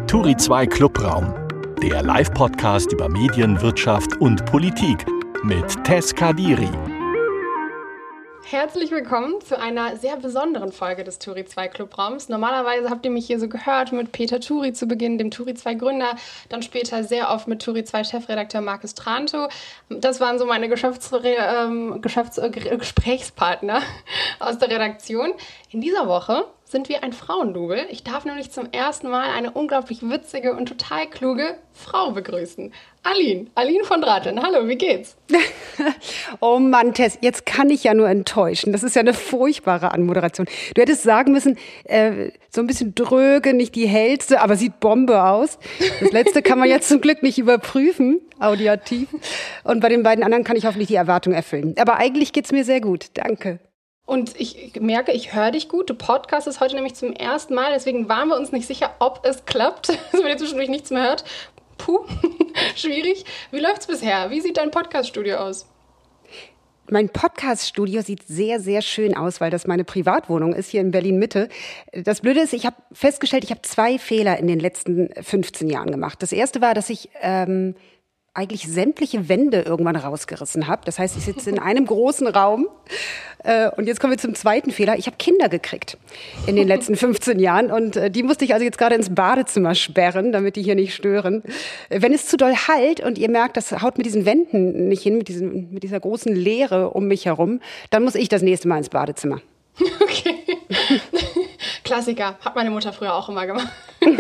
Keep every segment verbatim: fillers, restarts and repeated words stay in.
Turi zwei Clubraum, der Live-Podcast über Medien, Wirtschaft und Politik mit Tess Kadiri. Herzlich willkommen zu einer sehr besonderen Folge des Turi zwei Clubraums. Normalerweise habt ihr mich hier so gehört mit Peter Turi zu Beginn, dem Turi zwei Gründer, dann später sehr oft mit Turi zwei Chefredakteur Markus Trantow. Das waren so meine Geschäfts- ähm, Geschäfts- äh, Gesprächspartner aus der Redaktion. In dieser Woche sind wir ein Frauendouble. Ich darf nämlich zum ersten Mal eine unglaublich witzige und total kluge Frau begrüßen. Aline, Aline von Drateln. Hallo, wie geht's? Oh Mann, Tess, jetzt kann ich ja nur enttäuschen. Das ist ja eine furchtbare Anmoderation. Du hättest sagen müssen, äh, so ein bisschen dröge, nicht die hellste, aber sieht Bombe aus. Das letzte kann man jetzt zum Glück nicht überprüfen, audiativ. Und bei den beiden anderen kann ich hoffentlich die Erwartung erfüllen. Aber eigentlich geht's mir sehr gut. Danke. Und ich merke, ich höre dich gut. Du podcastest heute nämlich zum ersten Mal, deswegen waren wir uns nicht sicher, ob es klappt. Also wenn ihr zwischendurch nichts mehr hört, puh, schwierig. Wie läuft's bisher? Wie sieht dein Podcaststudio aus? Mein Podcaststudio sieht sehr, sehr schön aus, weil das meine Privatwohnung ist, hier in Berlin-Mitte. Das Blöde ist, ich habe festgestellt, ich habe zwei Fehler in den letzten fünfzehn Jahren gemacht. Das erste war, dass ich ähm, eigentlich sämtliche Wände irgendwann rausgerissen habe. Das heißt, ich sitze in einem großen Raum. Äh, und jetzt kommen wir zum zweiten Fehler. Ich habe Kinder gekriegt in den letzten fünfzehn Jahren. Und äh, die musste ich also jetzt gerade ins Badezimmer sperren, damit die hier nicht stören. Äh, wenn es zu doll hallt und ihr merkt, das haut mit diesen Wänden nicht hin, mit, diesen, mit dieser großen Leere um mich herum, dann muss ich das nächste Mal ins Badezimmer. Okay. Klassiker, hat meine Mutter früher auch immer gemacht.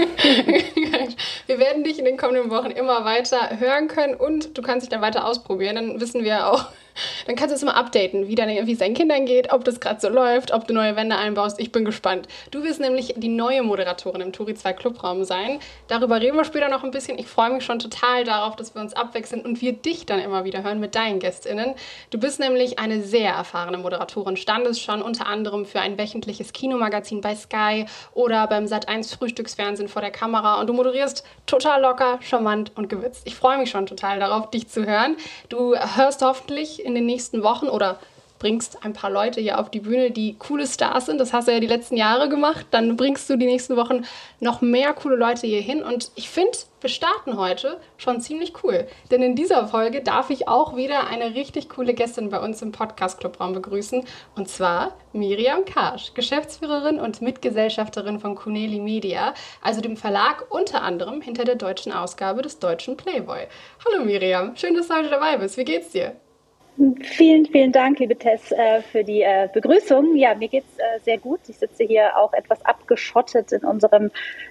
Wir werden dich in den kommenden Wochen immer weiter hören können und du kannst dich dann weiter ausprobieren. Dann wissen wir auch, dann kannst du es immer updaten, wie, deine, wie es deinen Kindern geht, ob das gerade so läuft, ob du neue Wände einbaust. Ich bin gespannt. Du wirst nämlich die neue Moderatorin im Turi zwei Clubraum sein. Darüber reden wir später noch ein bisschen. Ich freue mich schon total darauf, dass wir uns abwechseln und wir dich dann immer wieder hören mit deinen GästInnen. Du bist nämlich eine sehr erfahrene Moderatorin, standest schon unter anderem für ein wöchentliches Kinomagazin bei Sky oder beim Sat eins Frühstücksfernsehen vor der Kamera und du moderierst total locker, charmant und gewitzt. Ich freue mich schon total darauf, dich zu hören. Du hörst hoffentlich in den nächsten Wochen oder bringst ein paar Leute hier auf die Bühne, die coole Stars sind. Das hast du ja die letzten Jahre gemacht. Dann bringst du die nächsten Wochen noch mehr coole Leute hier hin. Und ich finde, wir starten heute schon ziemlich cool. Denn in dieser Folge darf ich auch wieder eine richtig coole Gästin bei uns im Podcast-Clubraum begrüßen. Und zwar Miriam Karsch, Geschäftsführerin und Mitgesellschafterin von Kuneli Media, also dem Verlag unter anderem hinter der deutschen Ausgabe des deutschen Playboy. Hallo Miriam, schön, dass du heute dabei bist. Wie geht's dir? Vielen, vielen Dank, liebe Tess, für die Begrüßung. Ja, mir geht's sehr gut. Ich sitze hier auch etwas abgeschottet in unserem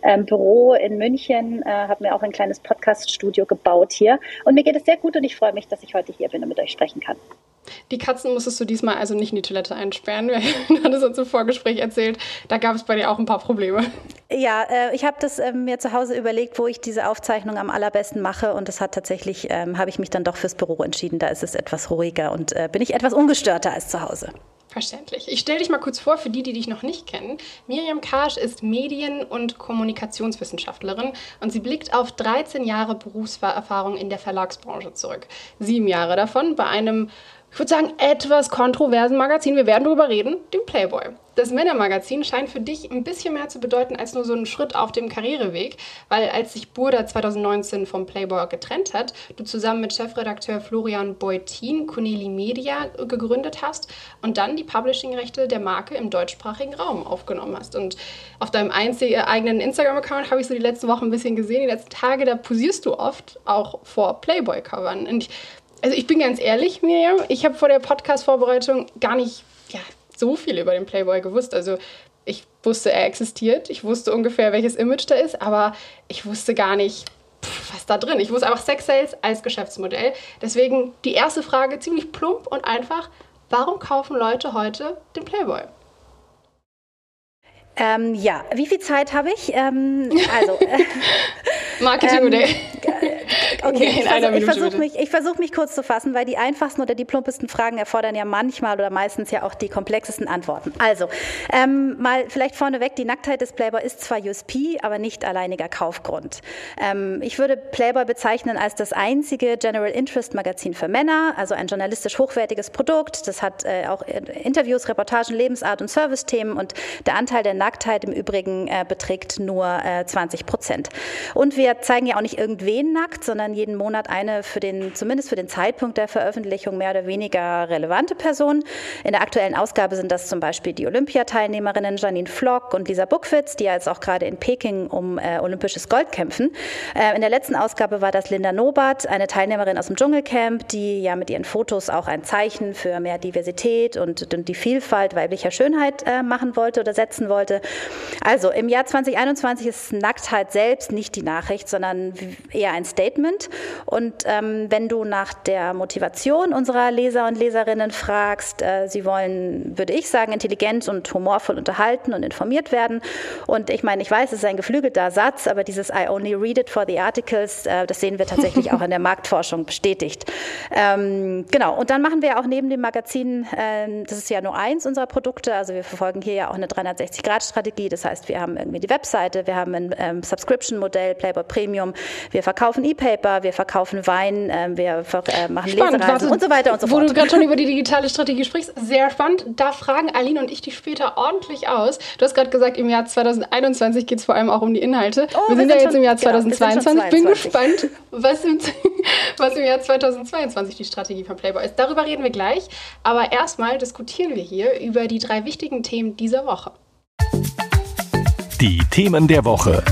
Büro in München, habe mir auch ein kleines Podcast-Studio gebaut hier. Und mir geht es sehr gut und ich freue mich, dass ich heute hier bin und mit euch sprechen kann. Die Katzen musstest du diesmal also nicht in die Toilette einsperren. Du hattest uns im Vorgespräch erzählt, da gab es bei dir auch ein paar Probleme. Ja, äh, ich habe das äh, mir zu Hause überlegt, wo ich diese Aufzeichnung am allerbesten mache und das hat tatsächlich, ähm, habe ich mich dann doch fürs Büro entschieden. Da ist es etwas ruhiger und äh, bin ich etwas ungestörter als zu Hause. Verständlich. Ich stelle dich mal kurz vor, für die, die dich noch nicht kennen. Miriam Karsch ist Medien- und Kommunikationswissenschaftlerin und sie blickt auf dreizehn Jahre Berufserfahrung in der Verlagsbranche zurück. Sieben Jahre davon bei einem, ich würde sagen, etwas kontroversen Magazin, wir werden darüber reden, dem Playboy. Das Männermagazin scheint für dich ein bisschen mehr zu bedeuten als nur so ein Schritt auf dem Karriereweg, weil als sich Burda zwanzig neunzehn vom Playboy getrennt hat, du zusammen mit Chefredakteur Florian Beutin Kuneli Media gegründet hast und dann die Publishing-Rechte der Marke im deutschsprachigen Raum aufgenommen hast. Und auf deinem einzigen eigenen Instagram-Account habe ich so die letzten Wochen ein bisschen gesehen, die letzten Tage, da posierst du oft auch vor Playboy-Covern. Und ich, also ich bin ganz ehrlich, Miriam, ich habe vor der Podcast-Vorbereitung gar nicht, ja, so viel über den Playboy gewusst. Also ich wusste, er existiert. Ich wusste ungefähr, welches Image da ist, aber ich wusste gar nicht, pff, was da drin. Ich wusste einfach Sex Sales als Geschäftsmodell. Deswegen die erste Frage, ziemlich plump und einfach, warum kaufen Leute heute den Playboy? Ähm, ja, wie viel Zeit habe ich? Ähm, also Marketingmodell. Ähm, Okay, in ich einer versuche Minute. versuch mich, ich versuch mich kurz zu fassen, weil die einfachsten oder die plumpesten Fragen erfordern ja manchmal oder meistens ja auch die komplexesten Antworten. Also, ähm, mal vielleicht vorneweg, die Nacktheit des Playboy ist zwar U S P, aber nicht alleiniger Kaufgrund. Ähm, ich würde Playboy bezeichnen als das einzige General Interest Magazin für Männer, also ein journalistisch hochwertiges Produkt. Das hat äh, auch Interviews, Reportagen, Lebensart und Servicethemen und der Anteil der Nacktheit im Übrigen äh, beträgt nur äh, zwanzig Prozent. Und wir zeigen ja auch nicht irgendwen nackt, sondern jeden Monat eine für den, zumindest für den Zeitpunkt der Veröffentlichung mehr oder weniger relevante Person. In der aktuellen Ausgabe sind das zum Beispiel die Olympiateilnehmerinnen Janine Flock und Lisa Buckwitz, die ja jetzt auch gerade in Peking um äh, olympisches Gold kämpfen. Äh, in der letzten Ausgabe war das Linda Nobat, eine Teilnehmerin aus dem Dschungelcamp, die ja mit ihren Fotos auch ein Zeichen für mehr Diversität und, und die Vielfalt weiblicher Schönheit äh, machen wollte oder setzen wollte. Also im Jahr zwanzig einundzwanzig ist Nacktheit selbst nicht die Nachricht, sondern eher ein Statement. Und ähm, wenn du nach der Motivation unserer Leser und Leserinnen fragst, äh, sie wollen, würde ich sagen, intelligent und humorvoll unterhalten und informiert werden. Und ich meine, ich weiß, es ist ein geflügelter Satz, aber dieses I only read it for the articles, äh, das sehen wir tatsächlich auch in der Marktforschung bestätigt. Ähm, genau, und dann machen wir auch neben dem Magazin, äh, das ist ja nur eins unserer Produkte, also wir verfolgen hier ja auch eine dreihundertsechzig Grad Strategie, das heißt, wir haben irgendwie die Webseite, wir haben ein ähm, Subscription-Modell, Playboy Premium, wir verkaufen E-Paper, wir verkaufen Wein, äh, wir ver- äh, machen Spannend, Lesereisen warte, und so weiter und so wo fort. Wo du gerade schon über die digitale Strategie sprichst, sehr spannend. Da fragen Aline und ich dich später ordentlich aus. Du hast gerade gesagt, im Jahr zwanzig einundzwanzig geht es vor allem auch um die Inhalte. Oh, wir, wir sind ja jetzt schon, im Jahr genau, zwanzig zweiundzwanzig. Bin gespannt, was im, was im Jahr zwanzig zweiundzwanzig die Strategie von Playboy ist. Darüber reden wir gleich. Aber erstmal diskutieren wir hier über die drei wichtigen Themen dieser Woche. Die Themen der Woche.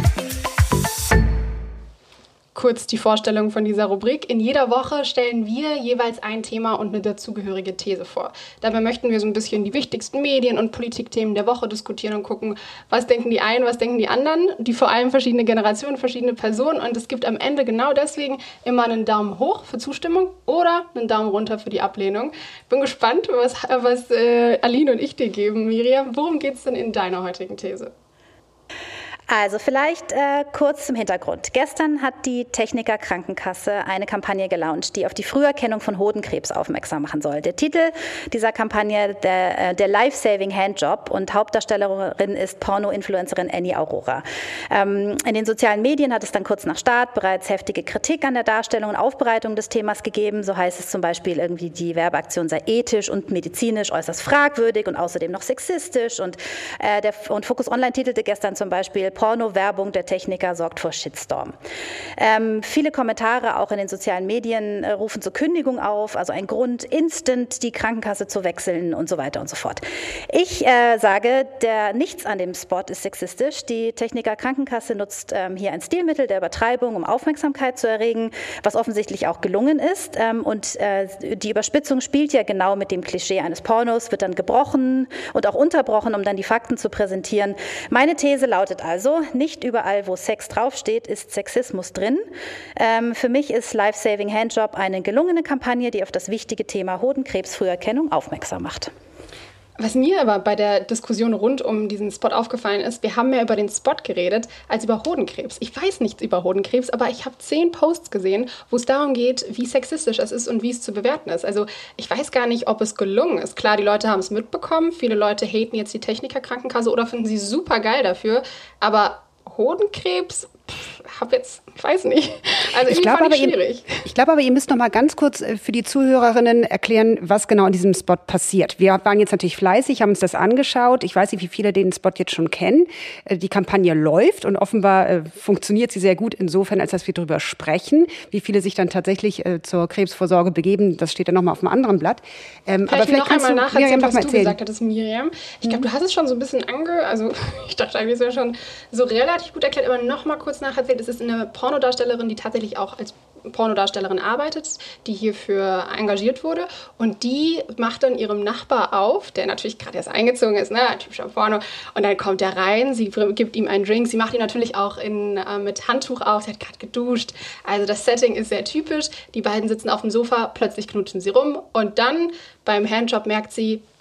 Kurz die Vorstellung von dieser Rubrik. In jeder Woche stellen wir jeweils ein Thema und eine dazugehörige These vor. Dabei möchten wir so ein bisschen die wichtigsten Medien- und Politikthemen der Woche diskutieren und gucken, was denken die einen, was denken die anderen, die vor allem verschiedene Generationen, verschiedene Personen. Und es gibt am Ende genau deswegen immer einen Daumen hoch für Zustimmung oder einen Daumen runter für die Ablehnung. Bin gespannt, was, was äh, Aline und ich dir geben. Miriam, worum geht es denn in deiner heutigen These? Also vielleicht äh, kurz zum Hintergrund. Gestern hat die Techniker Krankenkasse eine Kampagne gelauncht, die auf die Früherkennung von Hodenkrebs aufmerksam machen soll. Der Titel dieser Kampagne, der, äh, der Life-Saving Handjob, und Hauptdarstellerin ist Porno-Influencerin Annie Aurora. Ähm, in den sozialen Medien hat es dann kurz nach Start bereits heftige Kritik an der Darstellung und Aufbereitung des Themas gegeben. So heißt es zum Beispiel irgendwie, die Werbeaktion sei ethisch und medizinisch äußerst fragwürdig und außerdem noch sexistisch. Und, äh, der, und Focus Online titelte gestern zum Beispiel Porno-Werbung der Techniker sorgt vor Shitstorm. Ähm, viele Kommentare auch in den sozialen Medien äh, rufen zur Kündigung auf, also ein Grund, instant die Krankenkasse zu wechseln und so weiter und so fort. Ich äh, sage, der nichts an dem Spot ist sexistisch. Die Techniker Krankenkasse nutzt ähm, hier ein Stilmittel der Übertreibung, um Aufmerksamkeit zu erregen, was offensichtlich auch gelungen ist. Ähm, und äh, die Überspitzung spielt ja genau mit dem Klischee eines Pornos, wird dann gebrochen und auch unterbrochen, um dann die Fakten zu präsentieren. Meine These lautet also, nicht überall, wo Sex draufsteht, ist Sexismus drin. Ähm, für mich ist Life-Saving Handjob eine gelungene Kampagne, die auf das wichtige Thema Hodenkrebsfrüherkennung aufmerksam macht. Was mir aber bei der Diskussion rund um diesen Spot aufgefallen ist, wir haben mehr über den Spot geredet als über Hodenkrebs. Ich weiß nichts über Hodenkrebs, aber ich habe zehn Posts gesehen, wo es darum geht, wie sexistisch es ist und wie es zu bewerten ist. Also ich weiß gar nicht, ob es gelungen ist. Klar, die Leute haben es mitbekommen, viele Leute haten jetzt die Techniker Krankenkasse oder finden sie super geil dafür, aber Hodenkrebs, pff, hab jetzt, ich weiß nicht. Also ich glaube, fand ich aber schwierig. Ihr, ich glaube aber, ihr müsst noch mal ganz kurz für die Zuhörerinnen erklären, was genau in diesem Spot passiert. Wir waren jetzt natürlich fleißig, haben uns das angeschaut. Ich weiß nicht, wie viele den Spot jetzt schon kennen. Die Kampagne läuft und offenbar äh, funktioniert sie sehr gut insofern, als dass wir darüber sprechen. Wie viele sich dann tatsächlich äh, zur Krebsvorsorge begeben, das steht dann noch mal auf einem anderen Blatt. Ähm, aber vielleicht kannst noch einmal du, nacherzählen, was du erzählen. gesagt hattest, Miriam. Ich glaube, du hast es schon so ein bisschen ange... Also ich dachte eigentlich, es wäre schon so relativ gut erklärt, aber noch mal kurz nacherzählt. Es ist eine Pornodarstellerin, die tatsächlich auch als Pornodarstellerin arbeitet, die hierfür engagiert wurde, und die macht dann ihrem Nachbar auf, der natürlich gerade erst eingezogen ist, ne, ein typischer Porno, und dann kommt er rein, sie gibt ihm einen Drink, sie macht ihn natürlich auch in, äh, mit Handtuch auf, sie hat gerade geduscht, also das Setting ist sehr typisch, die beiden sitzen auf dem Sofa, plötzlich knutschen sie rum und dann beim Handjob merkt sie,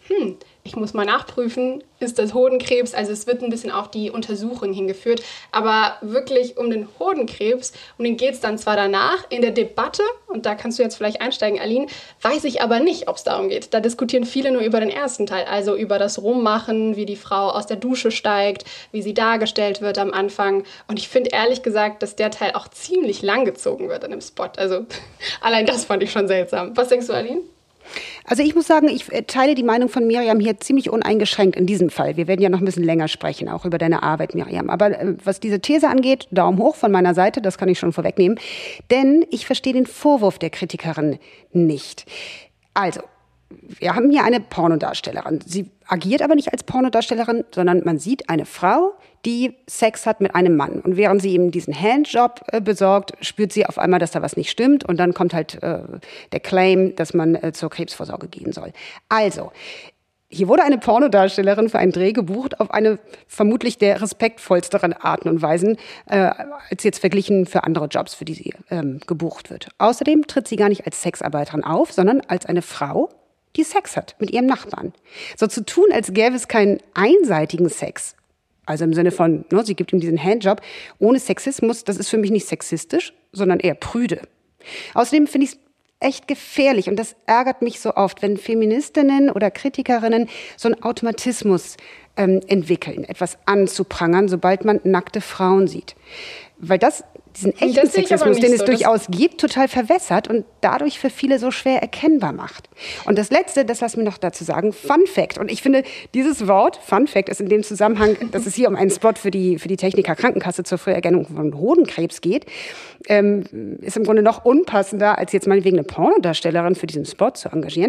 hm, ich muss mal nachprüfen, ist das Hodenkrebs? Also es wird ein bisschen auf die Untersuchung hingeführt, aber wirklich um den Hodenkrebs, um den geht es dann zwar danach in der Debatte, und da kannst du jetzt vielleicht einsteigen, Aline, weiß ich aber nicht, ob es darum geht. Da diskutieren viele nur über den ersten Teil, also über das Rummachen, wie die Frau aus der Dusche steigt, wie sie dargestellt wird am Anfang. Und ich finde ehrlich gesagt, dass der Teil auch ziemlich lang gezogen wird in dem Spot. Also allein das fand ich schon seltsam. Was denkst du, Aline? Also ich muss sagen, ich teile die Meinung von Miriam hier ziemlich uneingeschränkt in diesem Fall. Wir werden ja noch ein bisschen länger sprechen, auch über deine Arbeit, Miriam. Aber äh, was diese These angeht, Daumen hoch von meiner Seite, das kann ich schon vorwegnehmen. Denn ich verstehe den Vorwurf der Kritikerin nicht. Also, wir haben hier eine Pornodarstellerin. Sie agiert aber nicht als Pornodarstellerin, sondern man sieht eine Frau, die Sex hat mit einem Mann. Und während sie ihm diesen Handjob äh, besorgt, spürt sie auf einmal, dass da was nicht stimmt. Und dann kommt halt äh, der Claim, dass man äh, zur Krebsvorsorge gehen soll. Also, hier wurde eine Pornodarstellerin für einen Dreh gebucht auf eine vermutlich der respektvollsteren Arten und Weisen, äh, als jetzt verglichen für andere Jobs, für die sie ähm, gebucht wird. Außerdem tritt sie gar nicht als Sexarbeiterin auf, sondern als eine Frau, die Sex hat mit ihrem Nachbarn. So zu tun, als gäbe es keinen einseitigen Sex, also im Sinne von, ne, sie gibt ihm diesen Handjob, ohne Sexismus, das ist für mich nicht sexistisch, sondern eher prüde. Außerdem finde ich es echt gefährlich und das ärgert mich so oft, wenn Feministinnen oder Kritikerinnen so einen Automatismus ähm, entwickeln, etwas anzuprangern, sobald man nackte Frauen sieht. Weil das diesen echten Sexismus, den es so durchaus gibt, total verwässert und dadurch für viele so schwer erkennbar macht. Und das Letzte, das lass mir noch dazu sagen, Fun Fact. Und ich finde, dieses Wort, Fun Fact, ist in dem Zusammenhang, dass es hier um einen Spot für die, für die Techniker Krankenkasse zur Früherkennung von Hodenkrebs geht, ähm, ist im Grunde noch unpassender, als jetzt meinetwegen eine Pornodarstellerin für diesen Spot zu engagieren.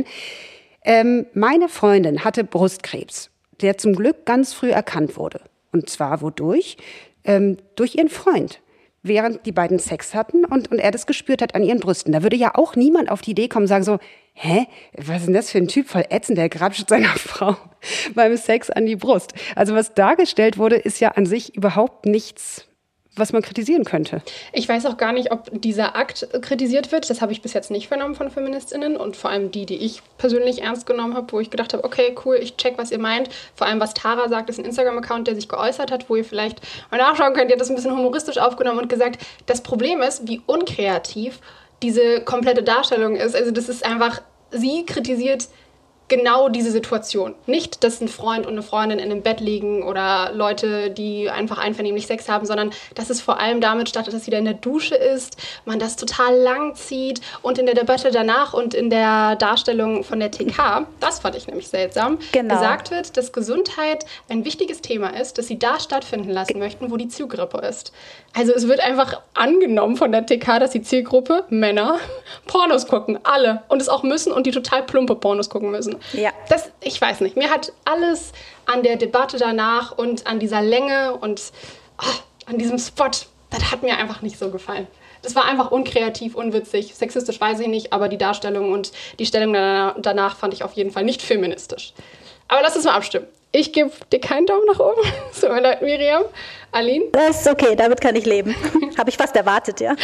Ähm, meine Freundin hatte Brustkrebs, der zum Glück ganz früh erkannt wurde. Und zwar wodurch? Ähm, durch ihren Freund. Während die beiden Sex hatten und, und er das gespürt hat an ihren Brüsten. Da würde ja auch niemand auf die Idee kommen und sagen so, hä, was ist denn das für ein Typ voll ätzend, der grapscht seiner Frau beim Sex an die Brust. Also was dargestellt wurde, ist ja an sich überhaupt nichts, was man kritisieren könnte. Ich weiß auch gar nicht, ob dieser Akt kritisiert wird. Das habe ich bis jetzt nicht vernommen von FeministInnen und vor allem die, die ich persönlich ernst genommen habe, wo ich gedacht habe, okay, cool, ich check, was ihr meint. Vor allem, was Tara sagt, ist ein Instagram-Account, der sich geäußert hat, wo ihr vielleicht mal nachschauen könnt. Ihr habt das ein bisschen humoristisch aufgenommen und gesagt, das Problem ist, wie unkreativ diese komplette Darstellung ist. Also das ist einfach, sie kritisiert genau diese Situation. Nicht, dass ein Freund und eine Freundin in einem Bett liegen oder Leute, die einfach einvernehmlich Sex haben, sondern dass es vor allem damit startet, dass sie da in der Dusche ist, man das total lang zieht und in der Debatte danach und in der Darstellung von der T K, das fand ich nämlich seltsam, genau, gesagt wird, dass Gesundheit ein wichtiges Thema ist, dass sie da stattfinden lassen möchten, wo die Zielgruppe ist. Also es wird einfach angenommen von der T K, dass die Zielgruppe, Männer, Pornos gucken, alle. Und es auch müssen und die total plumpe Pornos gucken müssen. Ja. Das, ich weiß nicht, mir hat alles an der Debatte danach und an dieser Länge und oh, an diesem Spot, das hat mir einfach nicht so gefallen. Das war einfach unkreativ, unwitzig, sexistisch weiß ich nicht, aber die Darstellung und die Stellung danach fand ich auf jeden Fall nicht feministisch. Aber lass uns mal abstimmen. Ich gebe dir keinen Daumen nach oben. Es tut mir leid, Miriam. Aline? Das ist okay, damit kann ich leben. Habe ich fast erwartet, ja.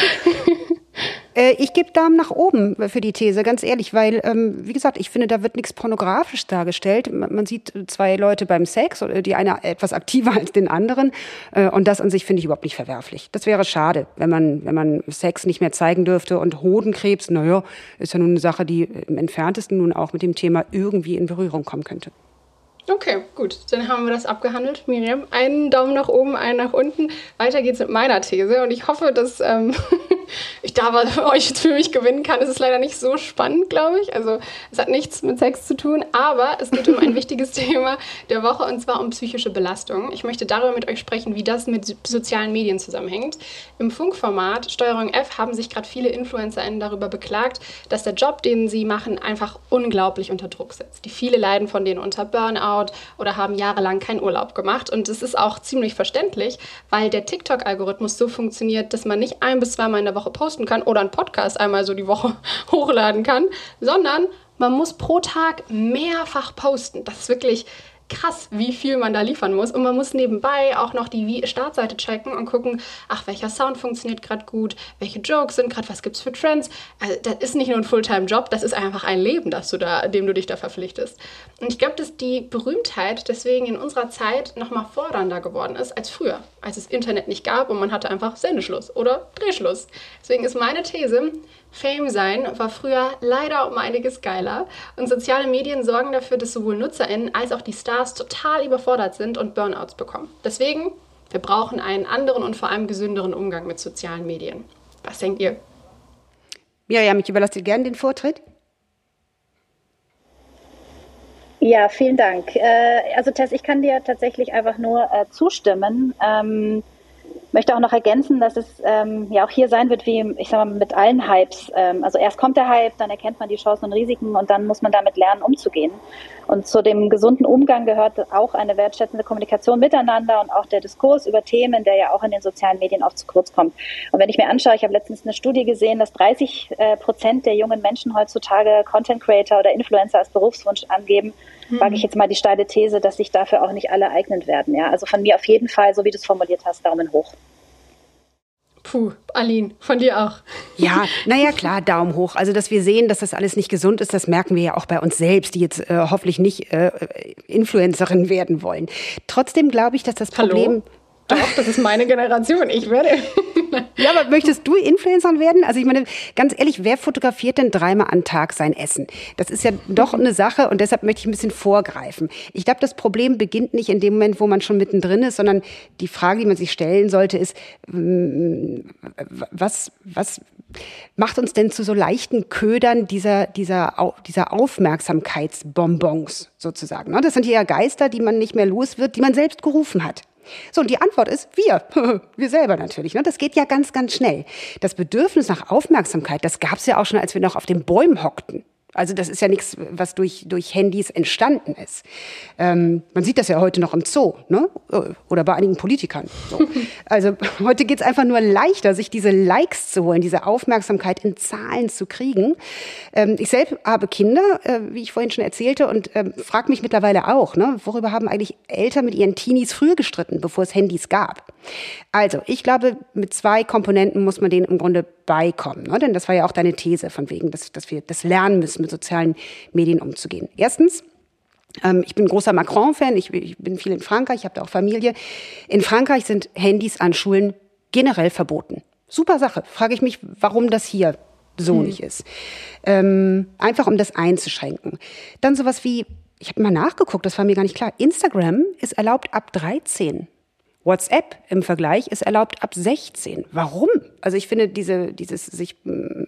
äh, ich gebe Daumen nach oben für die These, ganz ehrlich, weil, ähm, wie gesagt, ich finde, da wird nichts pornografisch dargestellt. Man, man sieht zwei Leute beim Sex, die eine etwas aktiver als den anderen. Äh, und das an sich finde ich überhaupt nicht verwerflich. Das wäre schade, wenn man, wenn man Sex nicht mehr zeigen dürfte. Und Hodenkrebs, naja, ist ja nun eine Sache, die im Entferntesten nun auch mit dem Thema irgendwie in Berührung kommen könnte. Okay, gut. Dann haben wir das abgehandelt. Miriam, einen Daumen nach oben, einen nach unten. Weiter geht's mit meiner These. Und ich hoffe, dass ähm, ich da was für euch für mich gewinnen kann. Es ist leider nicht so spannend, glaube ich. Also es hat nichts mit Sex zu tun. Aber es geht um ein wichtiges Thema der Woche, und zwar um psychische Belastung. Ich möchte darüber mit euch sprechen, wie das mit sozialen Medien zusammenhängt. Im Funkformat Steuerung F haben sich gerade viele InfluencerInnen darüber beklagt, dass der Job, den sie machen, einfach unglaublich unter Druck setzt. Die viele leiden von denen unter Burnout oder haben jahrelang keinen Urlaub gemacht. Und es ist auch ziemlich verständlich, weil der TikTok-Algorithmus so funktioniert, dass man nicht ein bis zweimal in der Woche posten kann oder einen Podcast einmal so die Woche hochladen kann, sondern man muss pro Tag mehrfach posten. Das ist wirklich krass, wie viel man da liefern muss. Und man muss nebenbei auch noch die Startseite checken und gucken, ach, welcher Sound funktioniert gerade gut, welche Jokes sind gerade, was gibt's für Trends. Also das ist nicht nur ein Fulltime-Job, das ist einfach ein Leben, das du da, dem du dich da verpflichtest. Und ich glaube, dass die Berühmtheit deswegen in unserer Zeit noch mal fordernder geworden ist als früher, als es Internet nicht gab und man hatte einfach Sendeschluss oder Drehschluss. Deswegen ist meine These, Fame sein war früher leider um einiges geiler und soziale Medien sorgen dafür, dass sowohl NutzerInnen als auch die Stars total überfordert sind und Burnouts bekommen. Deswegen, wir brauchen einen anderen und vor allem gesünderen Umgang mit sozialen Medien. Was denkt ihr? Ja, ja, mich überlasst ihr gerne den Vortritt. Ja, vielen Dank. Äh, also Tess, ich kann dir tatsächlich einfach nur äh, zustimmen. Ähm, möchte auch noch ergänzen, dass es ähm, ja auch hier sein wird, wie ich sag mal, mit allen Hypes. Ähm, also erst kommt der Hype, dann erkennt man die Chancen und Risiken und dann muss man damit lernen, umzugehen. Und zu dem gesunden Umgang gehört auch eine wertschätzende Kommunikation miteinander und auch der Diskurs über Themen, der ja auch in den sozialen Medien oft zu kurz kommt. Und wenn ich mir anschaue, ich habe letztens eine Studie gesehen, dass dreißig Prozent der jungen Menschen heutzutage Content Creator oder Influencer als Berufswunsch angeben, hm. wage ich jetzt mal die steile These, dass sich dafür auch nicht alle eignen werden. Ja? Also von mir auf jeden Fall, so wie du es formuliert hast, Daumen hoch. Puh, Aline, von dir auch. Ja, naja, klar, Daumen hoch. Also, dass wir sehen, dass das alles nicht gesund ist, das merken wir ja auch bei uns selbst, die jetzt äh, hoffentlich nicht äh, Influencerin werden wollen. Trotzdem glaube ich, dass das Problem... Hallo? Doch, das ist meine Generation. Ich werde... Ja, aber möchtest du Influencerin werden? Also ich meine, ganz ehrlich, wer fotografiert denn dreimal am Tag sein Essen? Das ist ja doch eine Sache und deshalb möchte ich ein bisschen vorgreifen. Ich glaube, das Problem beginnt nicht in dem Moment, wo man schon mittendrin ist, sondern die Frage, die man sich stellen sollte, ist, was, was macht uns denn zu so leichten Ködern dieser, dieser, dieser Aufmerksamkeitsbonbons sozusagen? Das sind ja Geister, die man nicht mehr los wird, die man selbst gerufen hat. So, und die Antwort ist wir. Wir selber natürlich. Das geht ja ganz, ganz schnell. Das Bedürfnis nach Aufmerksamkeit, das gab es ja auch schon, als wir noch auf den Bäumen hockten. Also das ist ja nichts, was durch, durch Handys entstanden ist. Ähm, man sieht das ja heute noch im Zoo, ne? Oder bei einigen Politikern. So. Also heute geht's einfach nur leichter, sich diese Likes zu holen, diese Aufmerksamkeit in Zahlen zu kriegen. Ähm, ich selbst habe Kinder, äh, wie ich vorhin schon erzählte, und ähm, frage mich mittlerweile auch, ne? Worüber haben eigentlich Eltern mit ihren Teenies früher gestritten, bevor es Handys gab? Also ich glaube, mit zwei Komponenten muss man denen im Grunde beikommen. Ne? Denn das war ja auch deine These, von wegen, dass, dass wir das lernen müssen, mit sozialen Medien umzugehen. Erstens, ähm, ich bin ein großer Macron-Fan, ich, ich bin viel in Frankreich, ich habe da auch Familie. In Frankreich sind Handys an Schulen generell verboten. Super Sache. Frage ich mich, warum das hier so hm. nicht ist. Ähm, einfach um das einzuschränken. Dann sowas wie, ich habe mal nachgeguckt, das war mir gar nicht klar, Instagram ist erlaubt ab dreizehn. WhatsApp im Vergleich ist erlaubt ab sechzehn. Warum? Also ich finde, diese, dieses sich in,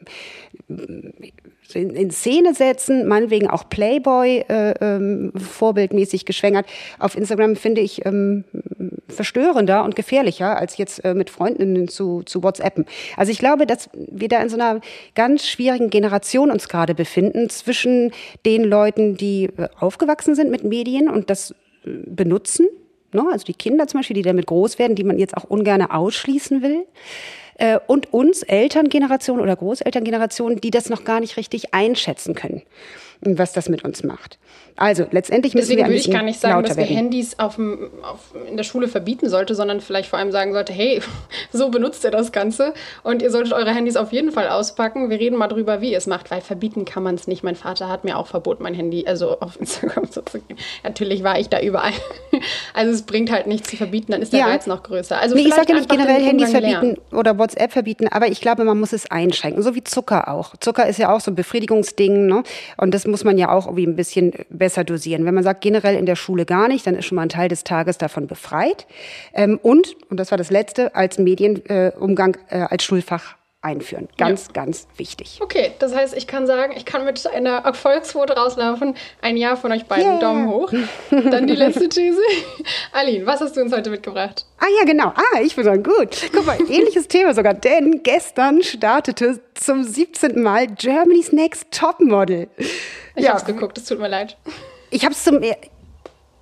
in Szene setzen, meinetwegen auch Playboy äh, ähm, vorbildmäßig geschwängert, auf Instagram finde ich ähm, verstörender und gefährlicher, als jetzt äh, mit Freundinnen zu, zu WhatsAppen. Also ich glaube, dass wir da in so einer ganz schwierigen Generation uns gerade befinden, zwischen den Leuten, die äh, aufgewachsen sind mit Medien und das äh, benutzen, also die Kinder zum Beispiel, die damit groß werden, die man jetzt auch ungern ausschließen will. Und uns Elterngeneration oder Großelterngeneration, die das noch gar nicht richtig einschätzen können, was das mit uns macht. Also letztendlich müssen Deswegen wir ein würde ich gar nicht sagen, dass wir werden. Handys auf dem, auf, in der Schule verbieten sollte, sondern vielleicht vor allem sagen sollte, hey, so benutzt ihr das Ganze und ihr solltet eure Handys auf jeden Fall auspacken. Wir reden mal drüber, wie ihr es macht, weil verbieten kann man es nicht. Mein Vater hat mir auch verboten, mein Handy, also auf Instagram so zu gehen. Natürlich war ich da überall. Also es bringt halt nichts zu verbieten, dann ist der ja. Reiz noch größer. Also nee, ich sage ja nicht generell Handys verbieten lernen. Oder WhatsApp verbieten, aber ich glaube, man muss es einschränken, so wie Zucker auch. Zucker ist ja auch so ein Befriedigungsding, ne? Und das muss man ja auch irgendwie ein bisschen besser dosieren. Wenn man sagt, generell in der Schule gar nicht, dann ist schon mal ein Teil des Tages davon befreit. Ähm, und, und das war das Letzte, als Medienumgang äh, als Schulfach einführen. Ganz, ja. ganz wichtig. Okay, das heißt, ich kann sagen, ich kann mit einer Erfolgsquote rauslaufen. Ein Ja von euch beiden, yeah. Daumen hoch. Dann die letzte These. Aline, was hast du uns heute mitgebracht? Ah ja, genau. Ah, ich bin dann gut. Guck mal, ähnliches Thema sogar, denn gestern startete zum siebzehnten Mal Germany's Next Topmodel. Ich ja. hab's geguckt, es tut mir leid. Ich hab's zum...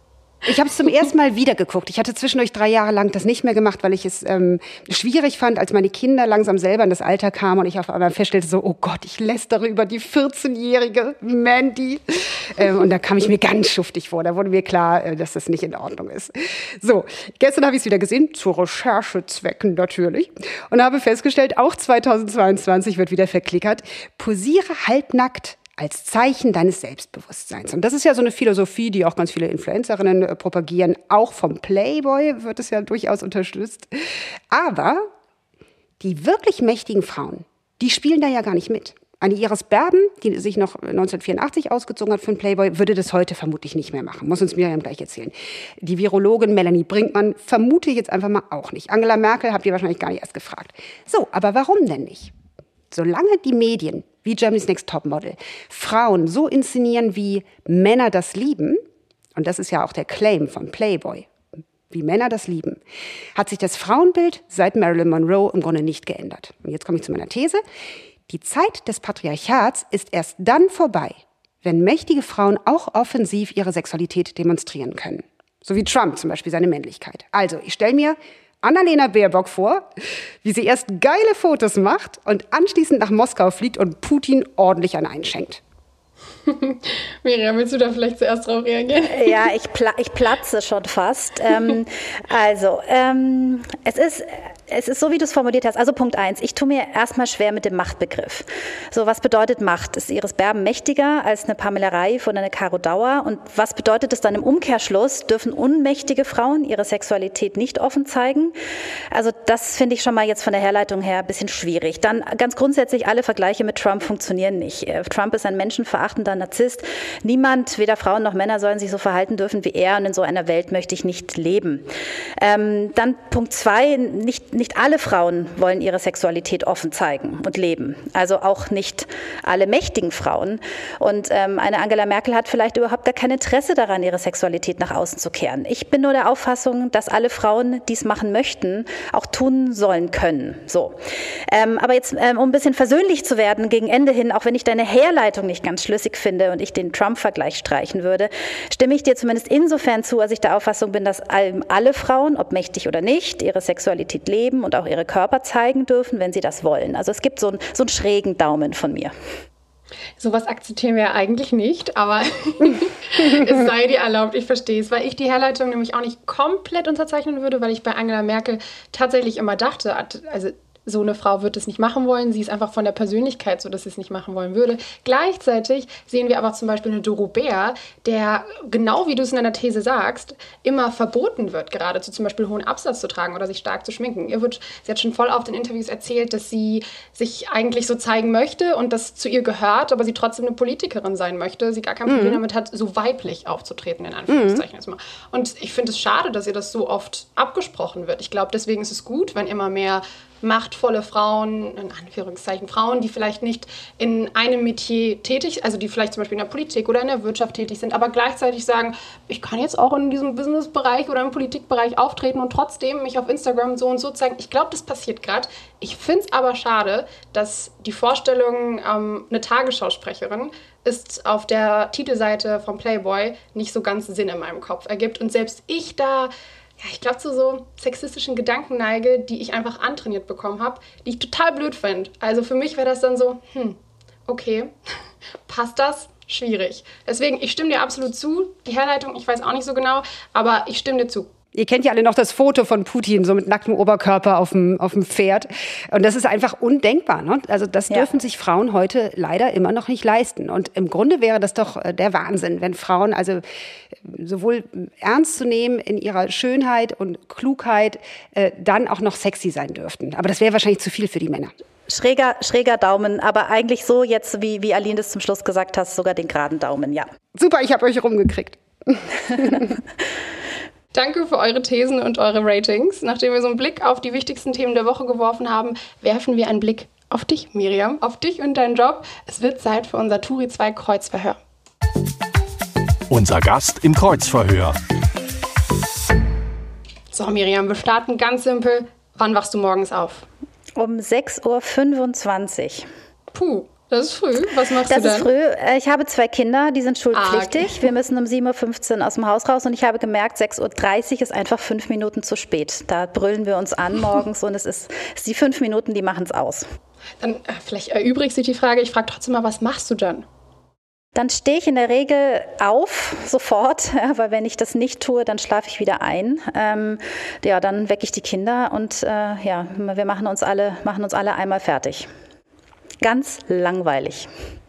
Ich habe es zum ersten Mal wieder geguckt. Ich hatte zwischendurch drei Jahre lang das nicht mehr gemacht, weil ich es ähm, schwierig fand, als meine Kinder langsam selber in das Alter kamen und ich auf einmal feststellte, so, oh Gott, ich lästere über die vierzehnjährige Mandy. Ähm, und da kam ich mir ganz schuftig vor. Da wurde mir klar, äh, dass das nicht in Ordnung ist. So, gestern habe ich es wieder gesehen, zu Recherchezwecken natürlich. Und habe festgestellt, auch zweitausendzweiundzwanzig wird wieder verklickert. Posiere halbnackt als Zeichen deines Selbstbewusstseins. Und das ist ja so eine Philosophie, die auch ganz viele Influencerinnen äh, propagieren. Auch vom Playboy wird es ja durchaus unterstützt. Aber die wirklich mächtigen Frauen, die spielen da ja gar nicht mit. Eine Iris Berben, die sich noch neunzehnhundertvierundachtzig ausgezogen hat für einen Playboy, würde das heute vermutlich nicht mehr machen. Muss uns Miriam gleich erzählen. Die Virologin Melanie Brinkmann vermute ich jetzt einfach mal auch nicht. Angela Merkel habt ihr wahrscheinlich gar nicht erst gefragt. So, aber warum denn nicht? Solange die Medien wie Germany's Next Topmodel Frauen so inszenieren, wie Männer das lieben, und das ist ja auch der Claim von Playboy, wie Männer das lieben, hat sich das Frauenbild seit Marilyn Monroe im Grunde nicht geändert. Und jetzt komme ich zu meiner These. Die Zeit des Patriarchats ist erst dann vorbei, wenn mächtige Frauen auch offensiv ihre Sexualität demonstrieren können. So wie Trump zum Beispiel seine Männlichkeit. Also, ich stelle mir Annalena Baerbock vor, wie sie erst geile Fotos macht und anschließend nach Moskau fliegt und Putin ordentlich einen einschenkt. Miriam, willst du da vielleicht zuerst drauf reagieren? Ja, ich, pla- ich platze schon fast. ähm, also, ähm, es ist... Es ist so, wie du es formuliert hast. Also Punkt eins, ich tue mir erstmal schwer mit dem Machtbegriff. So, was bedeutet Macht? Ist Iris Berben mächtiger als eine Pamela Reif oder eine Caro Dauer? Und was bedeutet es dann im Umkehrschluss? Dürfen unmächtige Frauen ihre Sexualität nicht offen zeigen? Also das finde ich schon mal jetzt von der Herleitung her ein bisschen schwierig. Dann ganz grundsätzlich, alle Vergleiche mit Trump funktionieren nicht. Trump ist ein menschenverachtender Narzisst. Niemand, weder Frauen noch Männer, sollen sich so verhalten dürfen wie er. Und in so einer Welt möchte ich nicht leben. Ähm, dann Punkt zwei, nicht Nicht alle Frauen wollen ihre Sexualität offen zeigen und leben. Also auch nicht alle mächtigen Frauen. Und ähm, eine Angela Merkel hat vielleicht überhaupt gar kein Interesse daran, ihre Sexualität nach außen zu kehren. Ich bin nur der Auffassung, dass alle Frauen, die es machen möchten, auch tun sollen können. So. Ähm, aber jetzt, ähm, um ein bisschen versöhnlich zu werden, gegen Ende hin, auch wenn ich deine Herleitung nicht ganz schlüssig finde und ich den Trump-Vergleich streichen würde, stimme ich dir zumindest insofern zu, als ich der Auffassung bin, dass alle Frauen, ob mächtig oder nicht, ihre Sexualität leben und auch ihre Körper zeigen dürfen, wenn sie das wollen. Also es gibt so einen, so einen schrägen Daumen von mir. Sowas akzeptieren wir ja eigentlich nicht, aber es sei dir erlaubt, ich verstehe es, weil ich die Herleitung nämlich auch nicht komplett unterzeichnen würde, weil ich bei Angela Merkel tatsächlich immer dachte, also so eine Frau wird es nicht machen wollen. Sie ist einfach von der Persönlichkeit so, dass sie es nicht machen wollen würde. Gleichzeitig sehen wir aber zum Beispiel eine Doro Bär, der, genau wie du es in deiner These sagst, immer verboten wird, geradezu zum Beispiel hohen Absatz zu tragen oder sich stark zu schminken. Ihr wird, sie hat schon voll oft in Interviews erzählt, dass sie sich eigentlich so zeigen möchte und das zu ihr gehört, aber sie trotzdem eine Politikerin sein möchte. Sie gar kein Problem mhm. damit hat, so weiblich aufzutreten, in Anführungszeichen. Mhm. Und ich finde es schade, dass ihr das so oft abgesprochen wird. Ich glaube, deswegen ist es gut, wenn immer mehr machtvolle Frauen, in Anführungszeichen Frauen, die vielleicht nicht in einem Metier tätig, also die vielleicht zum Beispiel in der Politik oder in der Wirtschaft tätig sind, aber gleichzeitig sagen, ich kann jetzt auch in diesem Businessbereich oder im Politikbereich auftreten und trotzdem mich auf Instagram so und so zeigen. Ich glaube, das passiert gerade. Ich finde es aber schade, dass die Vorstellung, ähm, eine Tagesschausprecherin ist auf der Titelseite vom Playboy nicht so ganz Sinn in meinem Kopf ergibt und selbst ich da ja, ich glaube, zu so sexistischen Gedanken neige, die ich einfach antrainiert bekommen habe, die ich total blöd finde. Also für mich wäre das dann so, hm, okay, passt das? Schwierig. Deswegen, ich stimme dir absolut zu. Die Herleitung, ich weiß auch nicht so genau, aber ich stimme dir zu. Ihr kennt ja alle noch das Foto von Putin, so mit nacktem Oberkörper auf dem, auf dem Pferd. Und das ist einfach undenkbar. Ne? Also das ja. dürfen sich Frauen heute leider immer noch nicht leisten. Und im Grunde wäre das doch der Wahnsinn, wenn Frauen also sowohl ernst zu nehmen in ihrer Schönheit und Klugheit äh, dann auch noch sexy sein dürften. Aber das wäre wahrscheinlich zu viel für die Männer. Schräger, schräger Daumen, aber eigentlich so jetzt, wie, wie Aline das zum Schluss gesagt hast, sogar den geraden Daumen, ja. Super, ich habe euch rumgekriegt. Danke für eure Thesen und eure Ratings. Nachdem wir so einen Blick auf die wichtigsten Themen der Woche geworfen haben, werfen wir einen Blick auf dich, Miriam, auf dich und deinen Job. Es wird Zeit für unser Turi zwei Kreuzverhör. Unser Gast im Kreuzverhör. So, Miriam, wir starten ganz simpel. Wann wachst du morgens auf? Um sechs Uhr fünfundzwanzig. Puh, Das ist früh. Was machst das du dann? Das ist früh. Ich habe zwei Kinder, die sind schulpflichtig. Ah, okay. Wir müssen um sieben Uhr fünfzehn aus dem Haus raus und ich habe gemerkt, sechs Uhr dreißig ist einfach fünf Minuten zu spät. Da brüllen wir uns an morgens und es ist, es ist die fünf Minuten, die machen es aus. Dann vielleicht erübrigt sich die Frage, ich frage trotzdem mal, was machst du dann? Dann stehe ich in der Regel auf, sofort, weil wenn ich das nicht tue, dann schlafe ich wieder ein. Ähm, ja, dann wecke ich die Kinder und äh, ja, wir machen uns alle, machen uns alle einmal fertig. Ganz langweilig.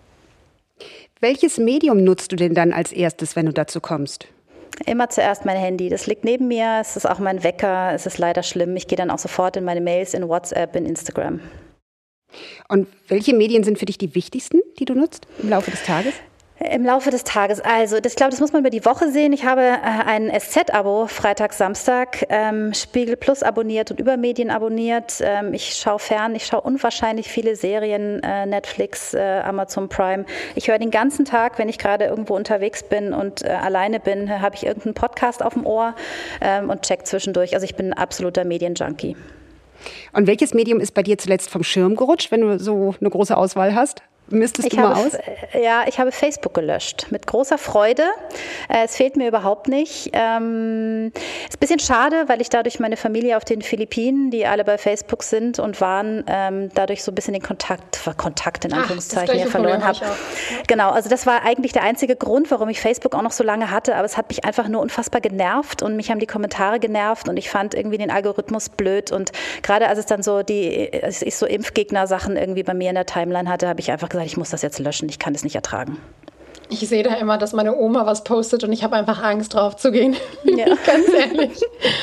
Welches Medium nutzt du denn dann als erstes, wenn du dazu kommst? Immer zuerst mein Handy. Das liegt neben mir, es ist auch mein Wecker, es ist leider schlimm. Ich gehe dann auch sofort in meine Mails, in WhatsApp, in Instagram. Und welche Medien sind für dich die wichtigsten, die du nutzt im Laufe des Tages? Im Laufe des Tages, also das, ich glaube, das muss man über die Woche sehen. Ich habe äh, ein S Z-Abo Freitag, Samstag, ähm, Spiegel Plus abonniert und Übermedien abonniert. Ähm, ich schaue fern, ich schaue unwahrscheinlich viele Serien, äh, Netflix, äh, Amazon Prime. Ich höre den ganzen Tag, wenn ich gerade irgendwo unterwegs bin und äh, alleine bin, habe ich irgendeinen Podcast auf dem Ohr ähm, und check zwischendurch. Also ich bin ein absoluter Medienjunkie. Und welches Medium ist bei dir zuletzt vom Schirm gerutscht, wenn du so eine große Auswahl hast? Mistest du mal aus? Ja, ich habe Facebook gelöscht. Mit großer Freude. Es fehlt mir überhaupt nicht. Ähm, ist ein bisschen schade, weil ich dadurch meine Familie auf den Philippinen, die alle bei Facebook sind und waren, ähm, dadurch so ein bisschen den Kontakt, Kontakt in Anführungszeichen hier verloren habe. Genau, also das war eigentlich der einzige Grund, warum ich Facebook auch noch so lange hatte. Aber es hat mich einfach nur unfassbar genervt und mich haben die Kommentare genervt und ich fand irgendwie den Algorithmus blöd. Und gerade als es dann so die, als ich so Impfgegner-Sachen irgendwie bei mir in der Timeline hatte, habe ich einfach gesagt, ich muss das jetzt löschen, ich kann es nicht ertragen. Ich sehe da immer, dass meine Oma was postet und ich habe einfach Angst, drauf zu gehen. Ja. Ganz ehrlich.